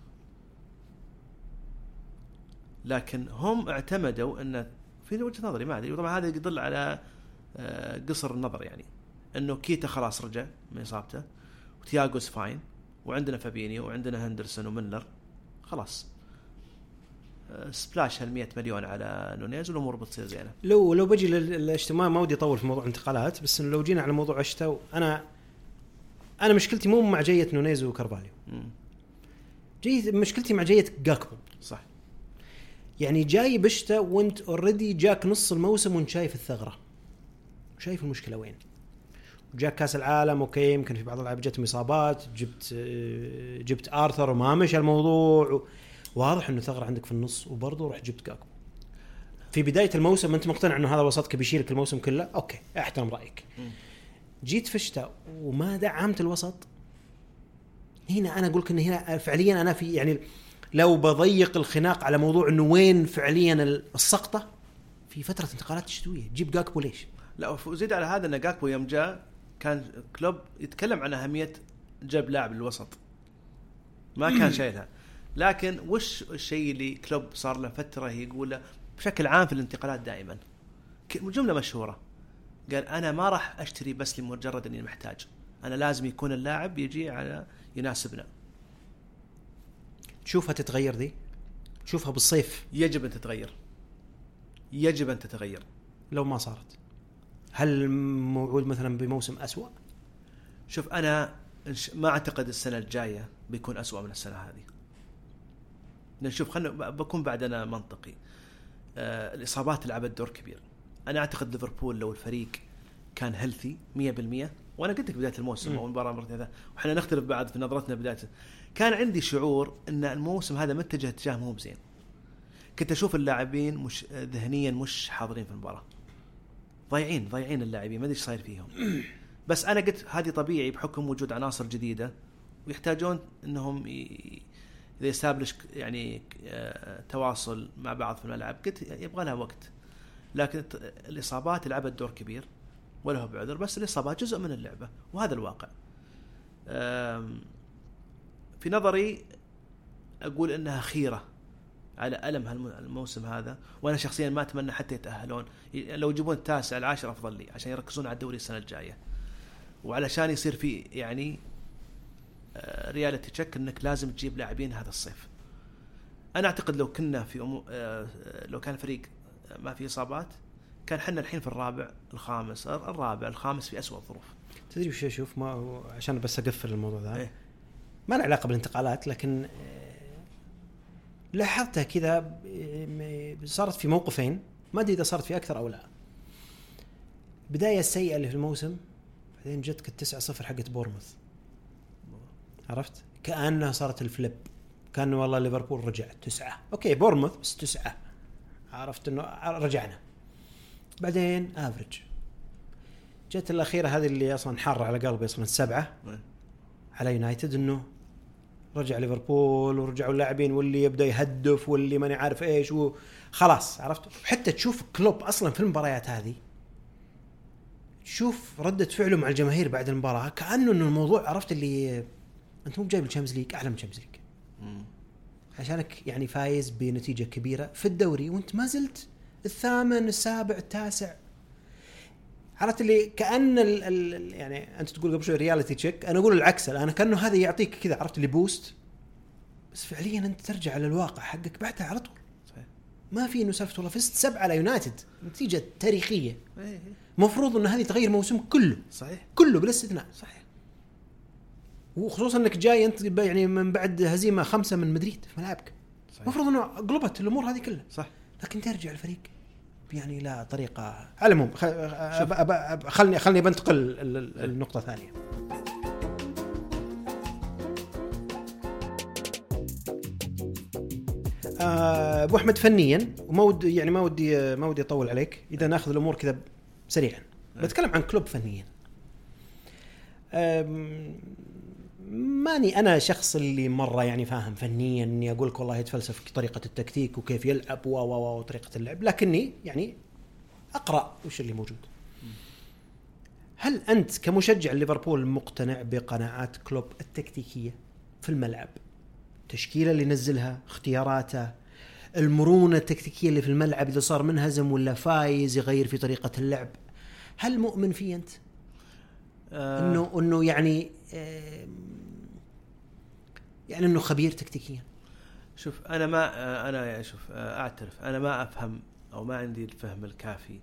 S2: لكن هم اعتمدوا انه في وجهه نظري ما ادري، وطبعا هذا يدل على قصر النظر يعني انه كيتا خلاص رجع من اصابته وتياغوس فاين وعندنا فابينيو وعندنا هندرسون وميلنر خلاص. سبلاش 100 مليون على نونيز والامور بتصير زينه.
S1: لو بجي للاجتماع، ما ودي اطول في موضوع انتقالات، بس لو جينا على موضوع اشتا، انا مشكلتي مو مع جية نونيز وكارفاليو، مشكلتي مع جية جاكبو.
S2: صح،
S1: يعني جاي بشتا وانت اوريدي جاك نص الموسم وانت شايف الثغره، شايف المشكله وين. جاك كاس العالم اوكي، يمكن في بعض اللاعبين جتهم اصابات، جبت ارثر وما مشى الموضوع، واضح انه ثغره عندك في النص، وبرضه رح جبت جاكبو في بدايه الموسم. انت مقتنع انه هذا وسطك بيشيلك الموسم كله، اوكي احترم رايك. جيت فشتا وما دعمت الوسط. هنا انا اقول لك ان هنا فعليا انا في، يعني لو بضيق الخناق على موضوع انه وين فعليا السقطه في فتره انتقالات الشتويه، جيب جاكبو ليش؟
S2: لا وزيد على هذا ان جاكبو يوم جاء كان كلوب يتكلم عن اهميه جاب لاعب للوسط، ما كان شايلها. لكن وش الشيء اللي كلوب صار له فتره يقوله بشكل عام في الانتقالات دائما، جمله مشهوره، قال انا ما راح اشتري بس لمجرد اني محتاج، انا لازم يكون اللاعب يجي على يناسبنا.
S1: تشوفها تتغير ذي؟ تشوفها بالصيف
S2: يجب ان تتغير، يجب ان تتغير.
S1: لو ما صارت هل موعود مثلا بموسم أسوأ؟
S2: شوف انا ما اعتقد السنه الجايه بيكون أسوأ من السنه هذه. نشوف، خلنا بكون بعد انا منطقي. الاصابات لعبت دور كبير. انا اعتقد ليفربول لو الفريق كان هيلثي 100%، وانا قلت لك بدايه الموسم او المباراه مرتين، وحنا نختلف بعض في نظرتنا بدايه، كان عندي شعور ان الموسم هذا متجه اتجاه مو بزين. كنت اشوف اللاعبين مش ذهنيا مش حاضرين في المباراه، ضايعين اللاعبين، ما ادري ايش صاير فيهم. بس انا قلت هذه طبيعي بحكم وجود عناصر جديده ويحتاجون انهم اذا يستابلش يعني تواصل مع بعض في الملعب. قلت يبغى لها وقت، لكن الاصابات لعبت دور كبير وله بعذر، بس الاصابات جزء من اللعبه وهذا الواقع. في نظري اقول انها خيره على ألم هالموسم هذا، وانا شخصيا ما اتمنى حتى يتاهلون. لو يجيبون التاسع العاشر افضل لي، عشان يركزون على الدوري السنه الجايه، وعلشان يصير في يعني رياليتي تشيك انك لازم تجيب لاعبين هذا الصيف. انا اعتقد لو كنا في لو كان الفريق ما في اصابات كان حنا الحين في الرابع الخامس في أسوأ الظروف.
S1: تدري وش اشوف؟ ما عشان بس اقفل الموضوع ذا، ما له علاقه بالانتقالات، لكن لاحظتها كذا صارت في موقفين، ما ادري اذا صارت في اكثر او لا. بدايه السيئه اللي في الموسم، بعدين جتك 9-0 حقت بورموث، عرفت؟ كأنها صارت الفليب، كان والله ليفربول رجع 9، اوكي بورموث بس 9، عرفت انه رجعنا. بعدين افريج، جت الاخيره هذه اللي اصلا حاره على قلبي اصلا 7 على يونايتد، انه رجع ليفربول ورجعوا اللاعبين واللي يبدا يهدف واللي ماني عارف ايش، وخلاص عرفت. حتى تشوف كلوب اصلا في المباريات هذه، شوف ردة فعله مع الجماهير بعد المباراة، كأنه انه الموضوع، عرفت اللي انت مو جايب الشامبيونز ليج، اعلى من الشامبيونز ليج عشانك يعني فايز بنتيجة كبيرة في الدوري وانت ما زلت الثامن السابع التاسع، عرفت اللي كأن يعني انت تقول قبل شوي رياليتي تشيك، انا اقول العكس، انا كأنه هذا يعطيك كذا، عرفت اللي بوست، بس فعليا انت ترجع للواقع حقك بعدها على طول. ما في انه سالفه والله فزت 7 على يونايتد، نتيجه تاريخيه، مفروض ان هذه تغير موسم كله،
S2: صحيح،
S1: كله بلا استثناء،
S2: صحيح.
S1: وخصوصا انك جاي انت يعني من بعد هزيمه 5 من مدريد في ملعبك، مفروض انه قلبت الامور هذه كلها،
S2: صح.
S1: لكن ترجع الفريق يعني لا طريقه. على العموم خلني بنتقل النقطه الثانيه. ابو احمد، فنيا وما ودي يعني ما ودي اطول عليك، اذا ناخذ الامور كذا سريعا. بتكلم عن كلوب فنيا. ماني انا شخص اللي مره يعني فاهم فنيا اني اقول لك والله يتفلسف في طريقه التكتيك وكيف يلعب وطريقه اللعب، لكني يعني اقرا وش اللي موجود. هل انت كمشجع ليفربول مقتنع بقناعات كلوب التكتيكيه في الملعب، التشكيله اللي نزلها، اختياراته، المرونه التكتيكيه اللي في الملعب، اذا صار منهزم ولا فايز يغير في طريقه اللعب؟ هل مؤمن فيه انت انه يعني انه خبير تكتيكيا؟
S2: شوف انا شوف اعترف انا ما افهم او ما عندي الفهم الكافي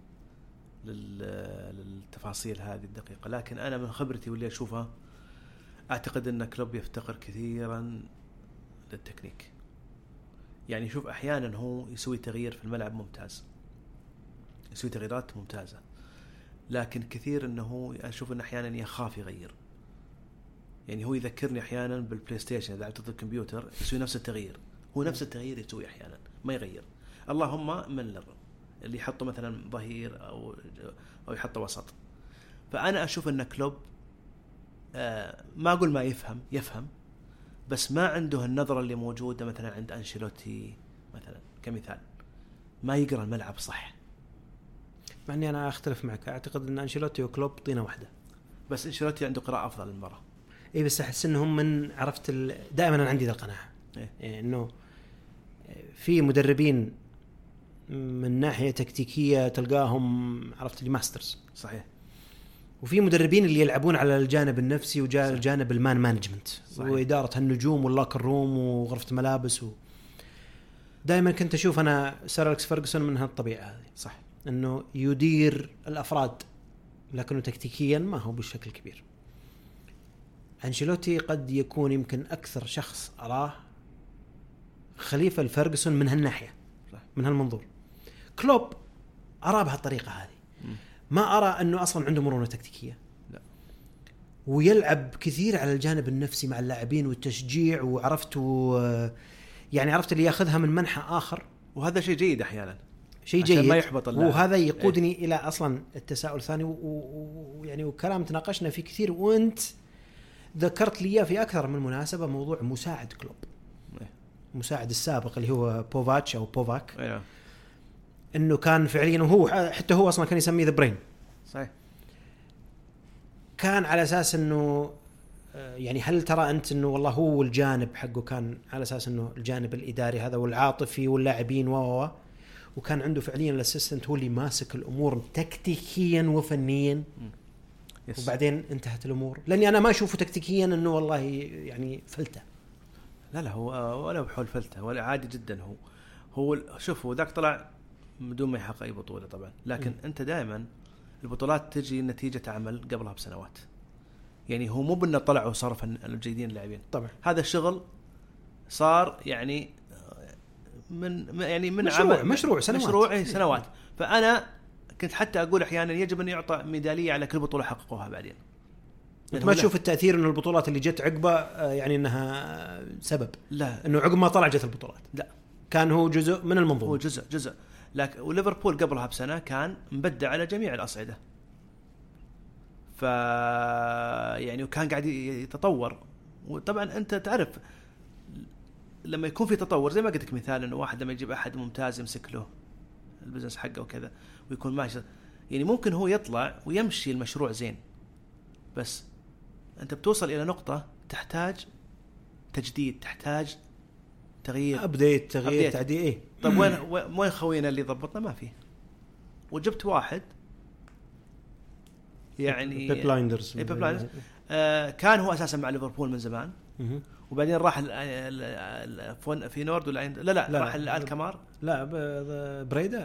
S2: للتفاصيل هذه الدقيقة، لكن انا من خبرتي واللي اشوفها اعتقد ان كلوب يفتقر كثيرا للتكنيك. يعني شوف احيانا هو يسوي تغيير في الملعب ممتاز، يسوي تغييرات ممتازة، لكن كثير انه هو اشوف انه احيانا يخاف يغير. يعني هو يذكرني احيانا بالبلاي ستيشن اذا لعبت الكمبيوتر يسوي نفس التغيير، هو نفس التغيير يسوي احيانا ما يغير، اللهم ملر اللي يحطه مثلا ظهير او يحطه وسط. فانا اشوف ان كلوب ما اقول ما يفهم بس ما عنده النظرة اللي موجودة مثلا عند أنشيلوتي مثلا كمثال، ما يقرأ الملعب صح.
S1: مع اني انا اختلف معك، اعتقد ان انشيلوتي وكلوب طينة واحدة،
S2: بس أنشيلوتي عنده قراءة أفضل المرة.
S1: اي بس احس انهم من عرفت دائما انا عندي ذا القناعة
S2: إيه؟
S1: انه في مدربين من ناحية تكتيكية تلقاهم عرفت اللي ماسترز
S2: صحيح،
S1: وفي مدربين اللي يلعبون على الجانب النفسي وجانب المان مانجمنت وإدارة النجوم واللاكر روم وغرفة الملابس دائما كنت أشوف أنا سير أليكس فيرغسون من هالطبيعة هذه،
S2: صح،
S1: أنه يدير الأفراد لكنه تكتيكيا ما هو بالشكل الكبير. أنشيلوتي قد يكون يمكن أكثر شخص أراه خليفة الفيرغسون من هالناحية، من هالمنظور. كلوب أراه بهالطريقة هذه، ما أرى أنه أصلا عنده مرونة تكتيكية،
S2: لا.
S1: ويلعب كثير على الجانب النفسي مع اللاعبين والتشجيع، يعني عرفت اللي ياخذها من منحى آخر،
S2: وهذا شيء جيد أحيانا،
S1: شيء جيد
S2: ما يحبط اللاعب.
S1: وهذا يقودني إلى أصلا التساؤل الثاني ويعني وكلام تناقشنا فيه كثير وأنت ذكرت لي في أكثر من مناسبة، موضوع مساعد كلوب، مساعد السابق اللي هو بوفاتش أو بوفاك، انه كان فعليا وهو حتى هو اصلا كان يسميه ذا برين،
S2: صحيح.
S1: كان على اساس انه يعني هل ترى انت انه والله هو الجانب حقه كان على اساس انه الجانب الاداري هذا والعاطفي واللاعبين وكان عنده فعليا الاسيستنت هو اللي ماسك الامور تكتيكيا وفنيا، وبعدين انتهت الامور. لاني انا ما اشوفه تكتيكيا انه والله يعني فلته،
S2: لا هو ولا بحول فلته ولا عادي جدا. هو شوف هو ذاك طلع بدون ما يحقق أي بطولة طبعا، لكن أنت دائما البطولات تجي نتيجة عمل قبلها بسنوات. يعني هو مو بأنه طلع وصار الجيدين اللاعبين،
S1: طبعا
S2: هذا الشغل صار يعني من
S1: مشروع
S2: سنوات. فأنا كنت حتى أقول أحيانا يجب أن يعطى ميدالية على كل بطولة حققوها بعدين.
S1: يعني ما تشوف التأثير إنه البطولات اللي جت عقبه يعني إنها سبب،
S2: لا
S1: إنه عقب ما طلع جت البطولات،
S2: لا
S1: كان هو جزء من المنظومة،
S2: هو جزء. لكن وليفربول قبلها بسنة كان مبدع على جميع الأصعدة، يعني وكان قاعد يتطور. وطبعا أنت تعرف لما يكون في تطور زي ما قلت لك مثال إنه واحد لما يجيب أحد ممتاز يمسك له البزنس حقه وكذا ويكون ماشي، يعني ممكن هو يطلع ويمشي المشروع زين، بس أنت بتوصل إلى نقطة تحتاج تجديد، تحتاج تغيير،
S1: أبديت تعديل. إيه
S2: طب وين خوينا اللي ضبطنا؟ ما فيه. وجبت واحد يعني
S1: بيب بلايندرز
S2: كان هو أساسا مع ليفربول من زمان، وبعدين راح في نورد لا راح الكمار،
S1: لا بريدا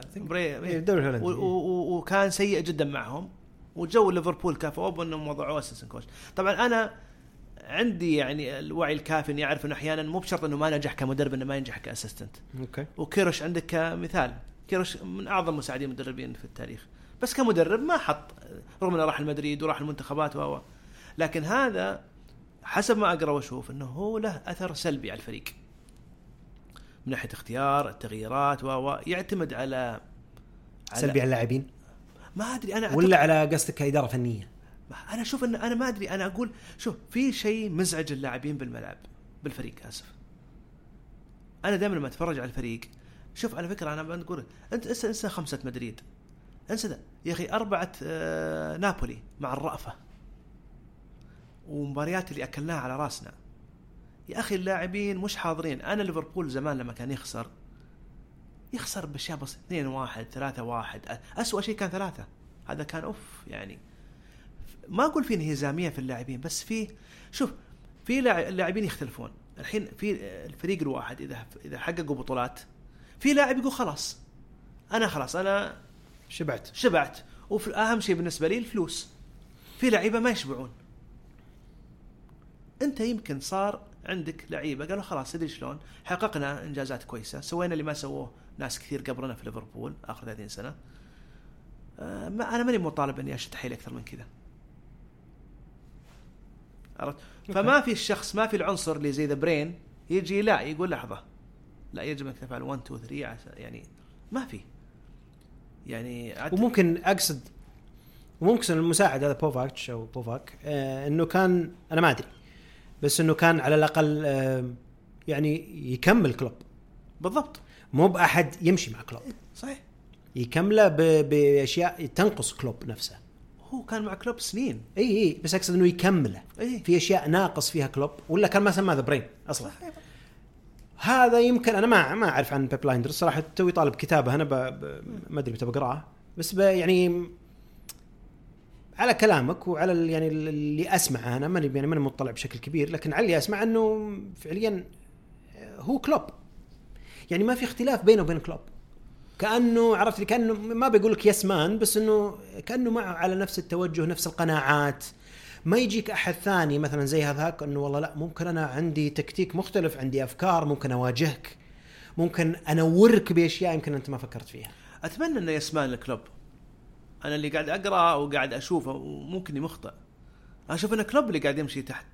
S2: وكان سيء جدا معهم، وجو ليفربول كافوا انهم وضعوه اساسا كوش. طبعا انا عندي يعني الوعي الكافي اني اعرف انه احيانا مو بشرط انه ما نجح كمدرب انه ما ينجح كاسيستنت.
S1: اوكي.
S2: وكيروش عندك كمثال، كيروش من اعظم مساعدين المدربين في التاريخ، بس كمدرب ما حط، رغم انه راح المدريد وراح المنتخبات لكن هذا حسب ما اقرا واشوف انه هو له اثر سلبي على الفريق من ناحيه اختيار التغييرات يعتمد على
S1: سلبي على اللاعبين.
S2: ما ادري انا
S1: ولا على قصدك كاداره فنيه.
S2: انا اشوف ان انا ما ادري، انا اقول شوف في شيء مزعج اللاعبين بالملعب بالفريق. اسف انا دائما لما اتفرج على الفريق، شوف على فكره انا بقول انت انسى 5 مدريد، انسى ده يا اخي 4 نابولي مع الرأفه ومباريات اللي اكلناها على راسنا يا اخي، اللاعبين مش حاضرين. انا ليفربول زمان لما كان يخسر باشياء بس 2-1 3-1، اسوأ شيء كان 3، هذا كان اوف. يعني ما اقول في انهزاميه في اللاعبين، بس في شوف في اللاعبين يختلفون. الحين في الفريق الواحد اذا حققوا بطولات، في لاعب يقول خلاص انا شبعت واهم شيء بالنسبه لي الفلوس. في لعيبه ما يشبعون. انت يمكن صار عندك لعيبه قالوا خلاص تدري شلون حققنا انجازات كويسه، سوينا اللي ما سووه ناس كثير قبلنا في ليفربول اخر 30 سنه. انا ماني مطالب اني اشد حيلي اكثر من كذا. عرفت؟ فما في الشخص، ما في العنصر اللي زي ذا برين يجي لا يقول لحظه لا يجب انك تفعل 1 2 3 يعني ما في يعني
S1: وممكن اقصد وممكن المساعد هذا بوفاك انه كان انا ما ادري بس انه كان على الاقل يعني يكمل كلوب
S2: بالضبط،
S1: مو باحد يمشي مع كلوب
S2: صحيح
S1: يكمله باشياء تنقص كلوب نفسه.
S2: هو كان مع كلوب سنين
S1: اي بس اقصد انه يكمله في اشياء ناقص فيها كلوب ولا كان ما سماه ذا برين اصلا. صحيح. هذا يمكن انا ما اعرف عن بيب لايندر صراحه، توي طالب كتابه انا ما ادري متى بقراه، بس يعني على كلامك وعلى يعني اللي اسمعه انا ماني مطلع بشكل كبير، لكن على اللي اسمع انه فعليا هو كلوب يعني ما في اختلاف بينه وبين كلوب، كانه عرفت لي كانه ما بيقول لك يسمان بس انه كانه معه على نفس التوجه نفس القناعات. ما يجيك احد ثاني مثلا زي هذاك انه والله لا ممكن انا عندي تكتيك مختلف، عندي افكار ممكن اواجهك، ممكن انورك باشياء يمكن انت ما فكرت فيها.
S2: اتمنى انه يسمان الكلوب. انا اللي قاعد اقرا وقاعد اشوفه وممكن يمخطئ، اشوف ان كلوب اللي قاعد يمشي تحت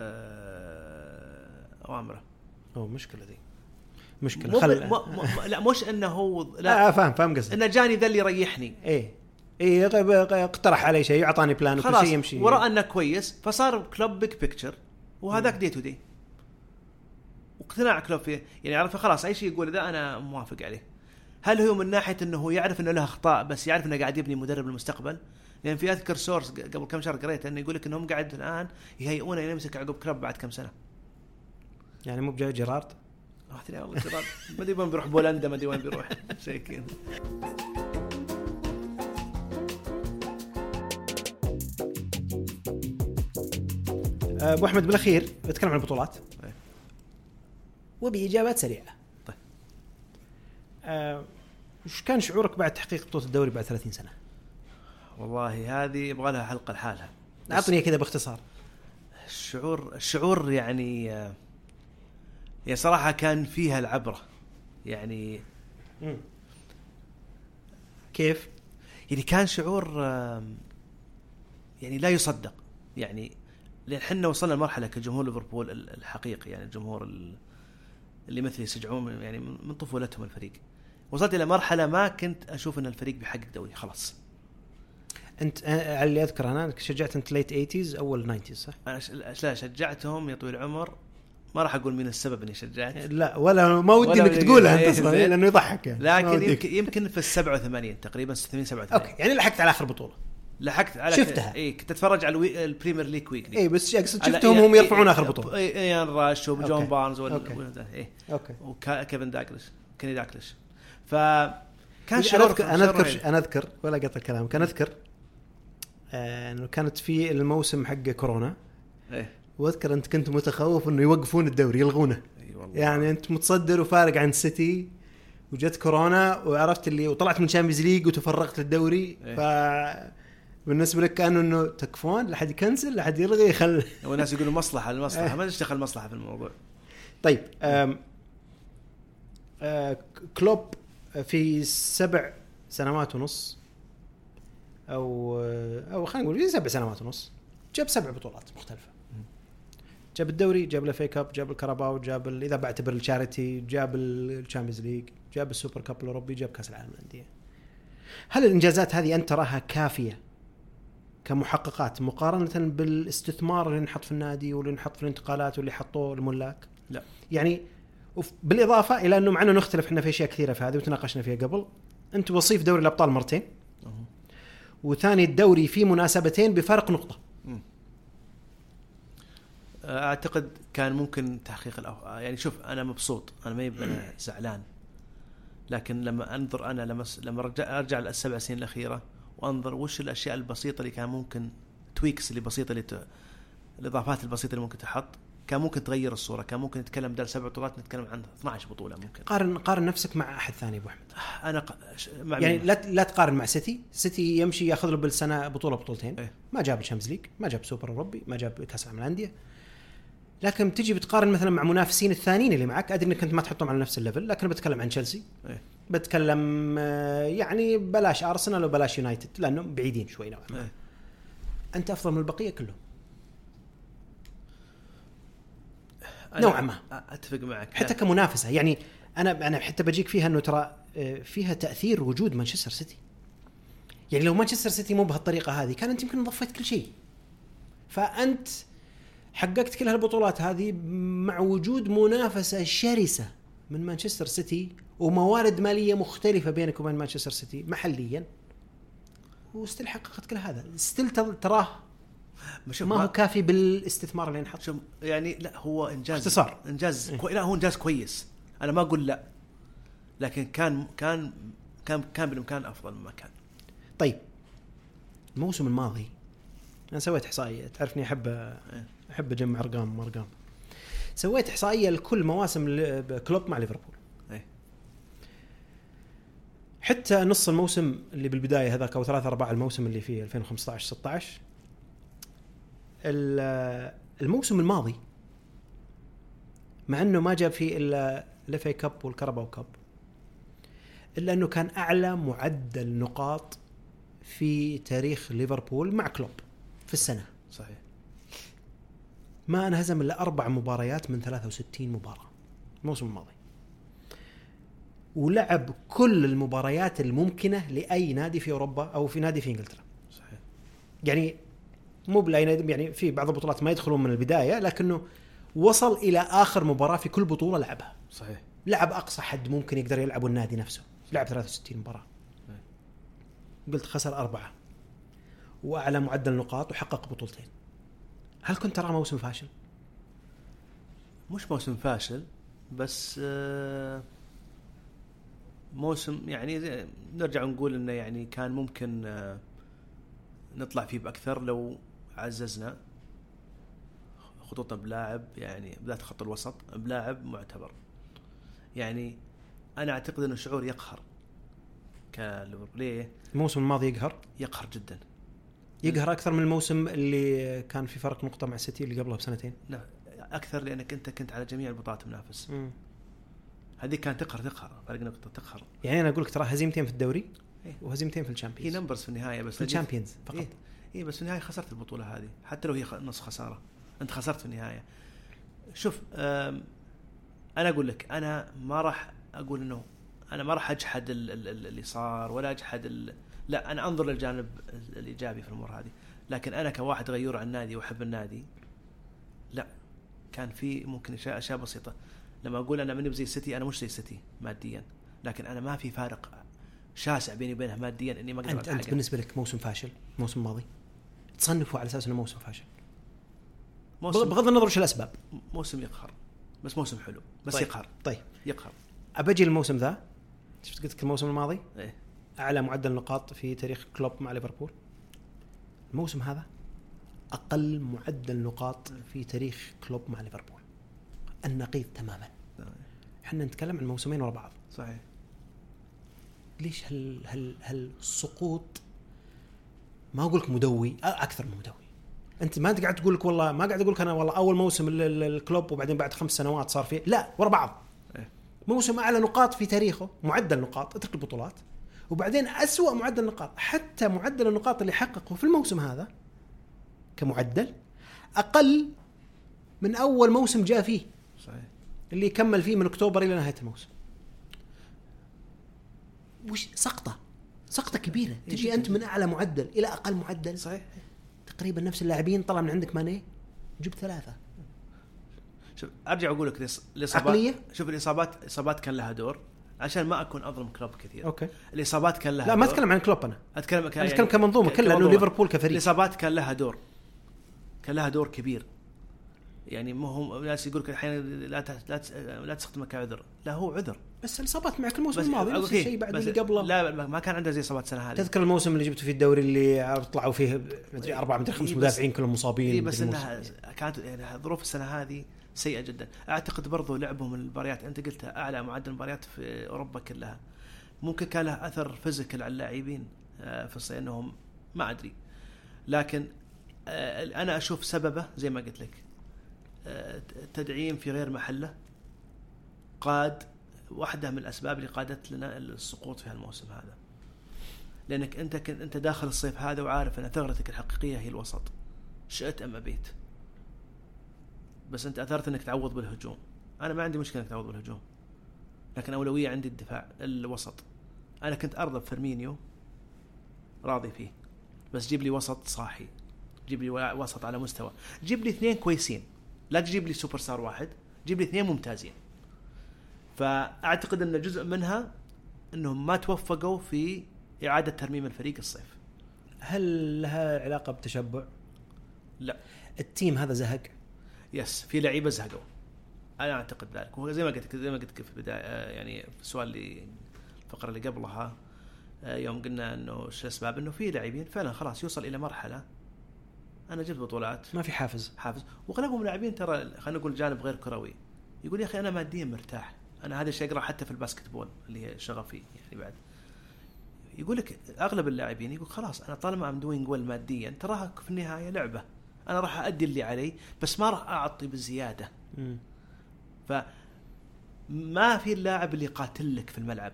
S2: اوامره.
S1: مشكله دي مشكله
S2: لا مش انه هو لا
S1: فاهم قصدي
S2: انه جاني ذا اللي يريحني.
S1: ايه اقترح علي شيء يعطاني بلان وكل شيء يمشي
S2: ورأى انه كويس فصار كلوب بيك بيكتشر وهذاك دي تو دي واقتناع كلوب فيه يعني عرف خلاص اي شيء يقول ذا انا موافق عليه. هل هو من ناحيه انه هو يعرف انه له اخطاء بس يعرف انه قاعد يبني مدرب المستقبل؟ لان في اذكر سورس قبل كم شهر قريت انه يقول لك انهم قاعد الان يهيئون يمسك عقب كلوب بعد كم سنه.
S1: يعني مو بجاي جيرارد
S2: والله جيرارد ما ادري وين بيروح، بولندا ما ادري وين بيروح شيء كذا.
S1: ابو احمد بالاخير بتكلم عن البطولات وباجابات سريعه.
S2: طيب
S1: وش كان شعورك بعد تحقيق بطوله الدوري بعد 30 سنه؟
S2: والله هذه يبغى لها حلقه لحالها.
S1: اعطني كذا باختصار.
S2: الشعور يعني صراحه كان فيها العبره يعني.
S1: كيف
S2: يعني كان شعور يعني لا يصدق يعني، لأن حنا وصلنا لمرحلة كجمهور ليفربول الحقيقي يعني الجمهور اللي مثل يشجعون يعني من طفولتهم الفريق، وصلت إلى مرحلة ما كنت أشوف أن الفريق بيحقق دوري خلاص.
S1: أنت على اللي أذكر أنا شجعت أنت late 80s أول 90s صح؟
S2: أنا شجعتهم يا طويل العمر، ما راح أقول مين السبب إني شجعت
S1: لا ولا ما ودي إنك تقولها أنت أصلاً لأنه يضحك يعني.
S2: لكن يمكن في 87 تقريبا 87.
S1: أوكي يعني لحقت على آخر بطولة.
S2: لحقت على
S1: شفتها
S2: كنت اتفرج على البريمير ليج ويكلي
S1: بس اقصد شفتهم هم يرفعون اخر بطوله
S2: ايان راش وجون بارنز
S1: اوكي
S2: وكيفن كيني داكلش. فكان
S1: انا اذكر ولا قطع الكلام كان اذكر انه كانت في الموسم حق كورونا واذكر انت كنت متخوف انه يوقفون الدوري يلغونه يعني انت متصدر وفارق عن سيتي وجت كورونا وعرفت اللي وطلعت من شامبيونز ليج وتفرغت للدوري بالنسبه لك كانوا انه تكفون لحد يكنسل لحد يلغي يخل
S2: والناس يقولوا مصلحه ما تشتغل مصلحه في الموضوع.
S1: طيب كلوب في 7 سنوات ونص او خلينا نقول في 7 سنوات ونص جاب 7 بطولات مختلفه. جاب الدوري، جاب الFA كاب، جاب الكاراباو، جاب اذا بعتبر الشاريتي، جاب الشامبيونز ليج، جاب السوبر كاب الاوروبي، جاب كاس العالم للانديه. هل الانجازات هذه انت تراها كافيه كمحققات مقارنه بالاستثمار اللي نحط في النادي واللي نحط في الانتقالات واللي حطوه الملاك؟
S2: لا
S1: يعني بالاضافه الى انه معنا نختلف احنا في اشياء كثيره في هذه وتناقشنا فيها قبل. انت وصيف دوري الابطال مرتين وثاني الدوري في مناسبتين بفرق نقطه.
S2: اعتقد كان ممكن تحقيق يعني شوف انا مبسوط، انا ما يبقى زعلان، لكن لما انظر انا لما ارجع ل7 سنين الاخيره وانظر وش الاشياء البسيطه اللي كان ممكن تويكس اللي بسيطه الاضافات البسيطه اللي ممكن تحط، كان ممكن تغير الصورة، كان ممكن نتكلم بدل 7 بطولات نتكلم عن 12 بطولة. ممكن
S1: قارن نفسك مع أحد ثاني أبو أحمد.
S2: أنا مع
S1: يعني لا تقارن مع سيتي يمشي ياخذ له بالسنة بطولتين.
S2: إيه؟
S1: ما جاب الشامبيونز ليج، ما جاب سوبر أوروبي، ما جاب كأس العالم للأندية. لكن تجي بتقارن مثلا مع منافسين الثانيين اللي معك، أدري إنك أنت ما تحطهم على نفس الليفل، لكن بتكلم عن تشيلسي.
S2: إيه؟
S1: بتكلم يعني بلاش أرسنال وبلاش يونايتد لأنه بعيدين شوي نوعا ما.
S2: إيه؟
S1: أنت أفضل من البقية كلهم نوعا ما.
S2: أتفق معك
S1: حتى كمنافسة. يعني أنا حتى بجيك فيها إنه ترى فيها تأثير وجود مانشستر سيتي. يعني لو مانشستر سيتي مو بهالطريقة هذه كان أنت يمكن ضفيت كل شيء. فأنت حققت كل هالبطولات هذه مع وجود منافسة شرسة من مانشستر سيتي وموارد مالية مختلفة بينك وبين مانشستر سيتي محليا، وستيل حققت كل هذا. ستيل تراه ما هو كافي بالاستثمار اللي نحط.
S2: يعني لا هو إنجاز
S1: اختصار.
S2: إنجاز لا هو إنجاز كويس. أنا ما أقول لا، لكن كان بالإمكان أفضل مما كان.
S1: طيب الموسم الماضي أنا سويت إحصائية، تعرفني أحب أجمع أرقام. سويت إحصائية لكل مواسم كلوب مع ليفربول. حتى نص الموسم اللي بالبداية هذاك أو 3/4 الموسم اللي فيه 2015-16. الموسم الماضي مع أنه ما جاب فيه إلا الFA كاب والكاراباو كاب، إلا أنه كان أعلى معدل نقاط في تاريخ ليفربول مع كلوب في السنة.
S2: صحيح.
S1: ما انهزم إلا 4 مباريات من 63 مباراة الموسم الماضي، ولعب كل المباريات الممكنة لأي نادي في أوروبا أو في نادي في إنجلترا.
S2: صحيح.
S1: يعني مو بلاي نادي، يعني في بعض البطولات ما يدخلون من البداية، لكنه وصل إلى آخر مباراة في كل بطولة لعبها.
S2: صحيح.
S1: لعب أقصى حد ممكن يقدر يلعبه النادي نفسه، لعب 63 مباراة. قلت خسر 4 وأعلى معدل نقاط وحقق بطولتين. هل كنت ترى موسم فاشل؟
S2: مش موسم فاشل، بس موسم يعني نرجع نقول إنه يعني كان ممكن نطلع فيه بأكثر لو عززنا خطوطنا بلاعب، يعني بداية خط الوسط بلاعب معتبر. يعني أنا أعتقد إنه شعور يقهر كليفربول. ليه؟
S1: الموسم الماضي
S2: يقهر جدا،
S1: يقهر أكثر من الموسم اللي كان في فرق نقطة مع سيتي اللي قبلها ب2 سنين.
S2: لا أكثر، لأنك أنت كنت على جميع البطولات منافس. هذه كانت تقهر فرق نقطة تقهر.
S1: يعني أنا أقولك ترى هزيمتين في الدوري وهزيمتين في الشامبيونز.
S2: هي نمبرز في النهاية بس
S1: في الشامبيونز فقط.
S2: إيه بس في النهاية خسرت البطولة هذه، حتى لو هي نص خسارة أنت خسرت في النهاية. شوف أنا أقول لك أنا ما راح أقول إنه أنا ما راح أجحد اللي صار ولا أجحد لا، أنا أنظر للجانب الإيجابي في الأمور هذه. لكن أنا كواحد غيور عن النادي وأحب النادي، لا كان في ممكن أشياء بسيطة. لما أقول أنا مني بزي سيتي، أنا مش زي سيتي ماديا، لكن أنا ما في فارق شاسع بيني وبينها ماديا إني ما أقدر.
S1: أنت بالنسبة لك موسم فاشل الموسم الماضي تصنفه على أساس إنه موسم فاشل؟ بغض النظر وش الأسباب.
S2: موسم يقهر، بس موسم حلو بس. طيب. يقهر.
S1: طيب
S2: يقهر.
S1: أبجي الموسم ذا شفت قلت الموسم الماضي
S2: إيه؟
S1: أعلى معدل نقاط في تاريخ كلوب مع ليفربول. الموسم هذا أقل معدل نقاط في تاريخ كلوب مع ليفربول، النقيض تماما. احنا نتكلم عن موسمين ورا بعض.
S2: صحيح.
S1: ليش هل سقوط؟ ما أقولك مدوي، أكثر من مدوي. أنت ما قاعد تقولك والله، ما قاعد أقولك أنا والله أول موسم الكلوب وبعدين بعد 5 سنوات صار فيه، لا ورا بعض. موسم أعلى نقاط في تاريخه، معدل نقاط اترك البطولات، وبعدين أسوأ معدل نقاط. حتى معدل النقاط اللي حققه في الموسم هذا كمعدل أقل من أول موسم جاء فيه.
S2: صحيح. اللي
S1: كمل فيه من أكتوبر إلى نهاية الموسم. وش سقطة كبيرة. تجي أنت من أعلى معدل إلى أقل معدل.
S2: صحيح.
S1: تقريبا نفس اللاعبين طلع من عندك ماني جبت 3.
S2: شوف أرجع أقول لك الإصابات. شوف الإصابات كان لها دور، عشان ما أكون أظلم كلوب كثير.
S1: أوكي.
S2: الإصابات كان لها
S1: لا
S2: دور.
S1: ما أتكلم عن كلوب، أنا
S2: أتكلم
S1: كمنظومة كلها، لأنه ليفربول كفريق.
S2: الإصابات كان لها دور كبير. يعني ما هم ناس يقولك احيانا لا تستخدمه كعذر. لا هو عذر،
S1: بس الاصابات معك الموسم الماضي نفس الشيء بعد اللي قبله.
S2: لا ما كان عنده زي اصابات السنه هذه.
S1: تذكر الموسم اللي جبته في الدوري اللي طلعوا فيه مدري 4 مدري 5 مدافعين كلهم مصابين.
S2: بس انها كانت يعني ظروف السنه هذه سيئه جدا. اعتقد برضو لعبهم المباريات انت قلتها اعلى معدل مباريات في اوروبا كلها، ممكن كان له اثر فيزيكال على اللاعبين في الصيف انهم ما ادري، لكن انا اشوف سببه زي ما قلت لك تدعيم في غير محله قاد واحدة من الأسباب اللي قادت لنا السقوط في هالموسم هذا. لأنك أنت داخل الصيف هذا وعارف أن ثغرتك الحقيقية هي الوسط، شئت أم أبيت، بس أنت أثرت أنك تعوض بالهجوم. أنا ما عندي مشكلة أنك تعوض بالهجوم، لكن أولوية عندي الدفاع الوسط. أنا كنت أرضى بفيرمينيو راضي فيه، بس جيب لي وسط صاحي، جيب لي وسط على مستوى، جيب لي 2 كويسين، لا تجيب لي سوبر ستار واحد، جيب لي 2 ممتازين. فأعتقد أن جزء منها أنهم ما توفقوا في إعادة ترميم الفريق الصيف.
S1: هل لها علاقة بتشبع؟
S2: لا،
S1: التيم هذا زهق.
S2: يس، في لعيبة زهقوا، أنا أعتقد ذلك. وزي ما قلت في البداية، يعني في السؤال اللي الفقرة اللي قبلها يوم قلنا أنه شو الأسباب، أنه في لاعبين فعلا خلاص يوصل إلى مرحلة أنا جبت بطولات
S1: ما في حافز.
S2: وغلبهم لاعبين ترى خلينا نقول جانب غير كروي، يقول يا أخي أنا ماديا مرتاح. أنا هذا الشيء أقرأ حتى في الباسكت بول اللي هي شغفي يعني بعد، يقول لك أغلب اللاعبين يقول خلاص أنا طالما I'm doing well ماديا، تراها في النهاية لعبة، أنا راح أؤدي اللي علي بس ما راح أعطي بالزيادة. فما في اللاعب اللي قاتل لك في الملعب،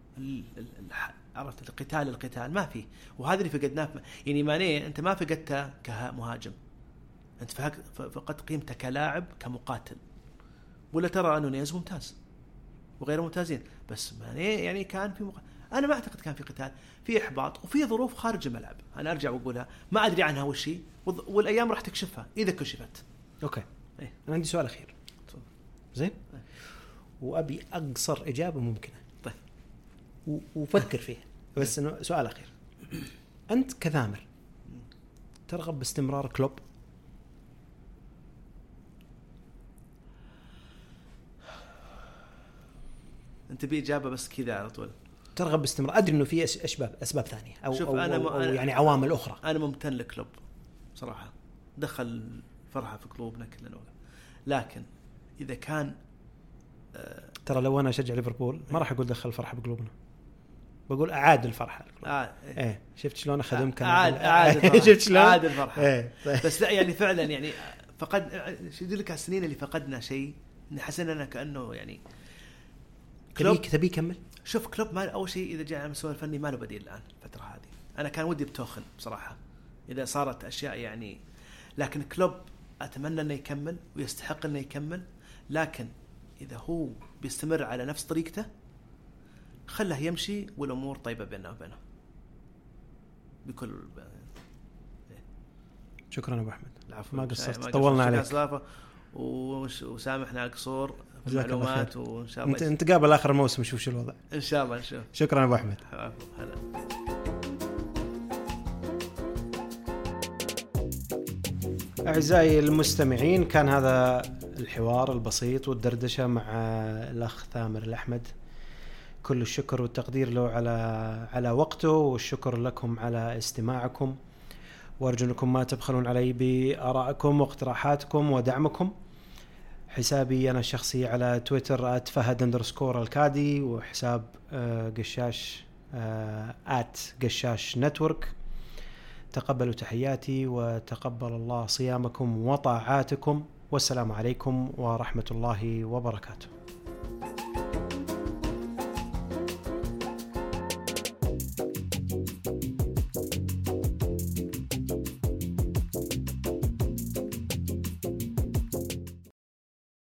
S2: عرفت القتال ما فيه، وهذا اللي فقدناه. يعني ماني أنت ما فقدته كمهاجم، أنت فقدت قيمته كلاعب كمقاتل. ولا ترى أنه نيز ممتاز وغير ممتازين، بس يعني كان في أنا ما أعتقد كان في قتال، في إحباط وفي ظروف خارج الملعب. أنا أرجع وأقولها ما أدري عنها وش هي، والأيام راح تكشفها إذا كشفت.
S1: أوكي.
S2: إيه؟
S1: أنا عندي سؤال أخير. زين. وأبي أقصر إجابة ممكنة.
S2: طيب.
S1: وفكر فيه، بس إنه سؤال أخير. أنت كثامر ترغب باستمرار كلوب؟
S2: أنت بإجابة بس كذا على طول.
S1: ترغب باستمرار؟ أدري إنه في أسباب ثانية أو يعني عوامل أخرى.
S2: أنا ممتن لكلوب صراحة، دخل فرحة في قلوبنا كلنا، لكن إذا كان
S1: ترى لو أنا أشجع ليفربول ما راح أقول دخل فرحة بقلوبنا، بقول أعاد الفرحة. إيه شفت شلون أخدمك؟
S2: أعاد
S1: شفت شلون؟
S2: أعاد الفرحة.
S1: إيه.
S2: بس لا يعني فعلا يعني فقد شو يقول لك على السنين اللي فقدنا شيء حسنا كأنه يعني
S1: تبي كمل.
S2: شوف كلوب ما أول شيء إذا جاء على المستوى الفني ما له بديل الآن الفترة هذه. أنا كان ودي بتوخن بصراحة إذا صارت أشياء يعني، لكن كلوب أتمنى إنه يكمل ويستحق إنه يكمل، لكن إذا هو بيستمر على نفس طريقته خله يمشي والأمور طيبة بيننا وبينه بكل.
S1: شكرا أبو أحمد.
S2: العفو.
S1: ما قصرت، طولنا عليك
S2: وسامحنا قصور المعلومات، وإن شاء الله
S1: نتقابل آخر الموسم نشوف شو الوضع.
S2: إن شاء الله نشوف.
S1: شكرا أبو أحمد.
S2: هلا.
S1: أعزائي المستمعين، كان هذا الحوار البسيط والدردشة مع الأخ ثامر الأحمد. كل الشكر والتقدير له على وقته، والشكر لكم على استماعكم، وأرجو أنكم ما تبخلون علي بآرائكم واقتراحاتكم ودعمكم. حسابي أنا الشخصي على تويتر @fahad_الكادي، وحساب قشاش @قشاش نتورك. تقبلوا تحياتي وتقبل الله صيامكم وطاعاتكم، والسلام عليكم ورحمة الله وبركاته.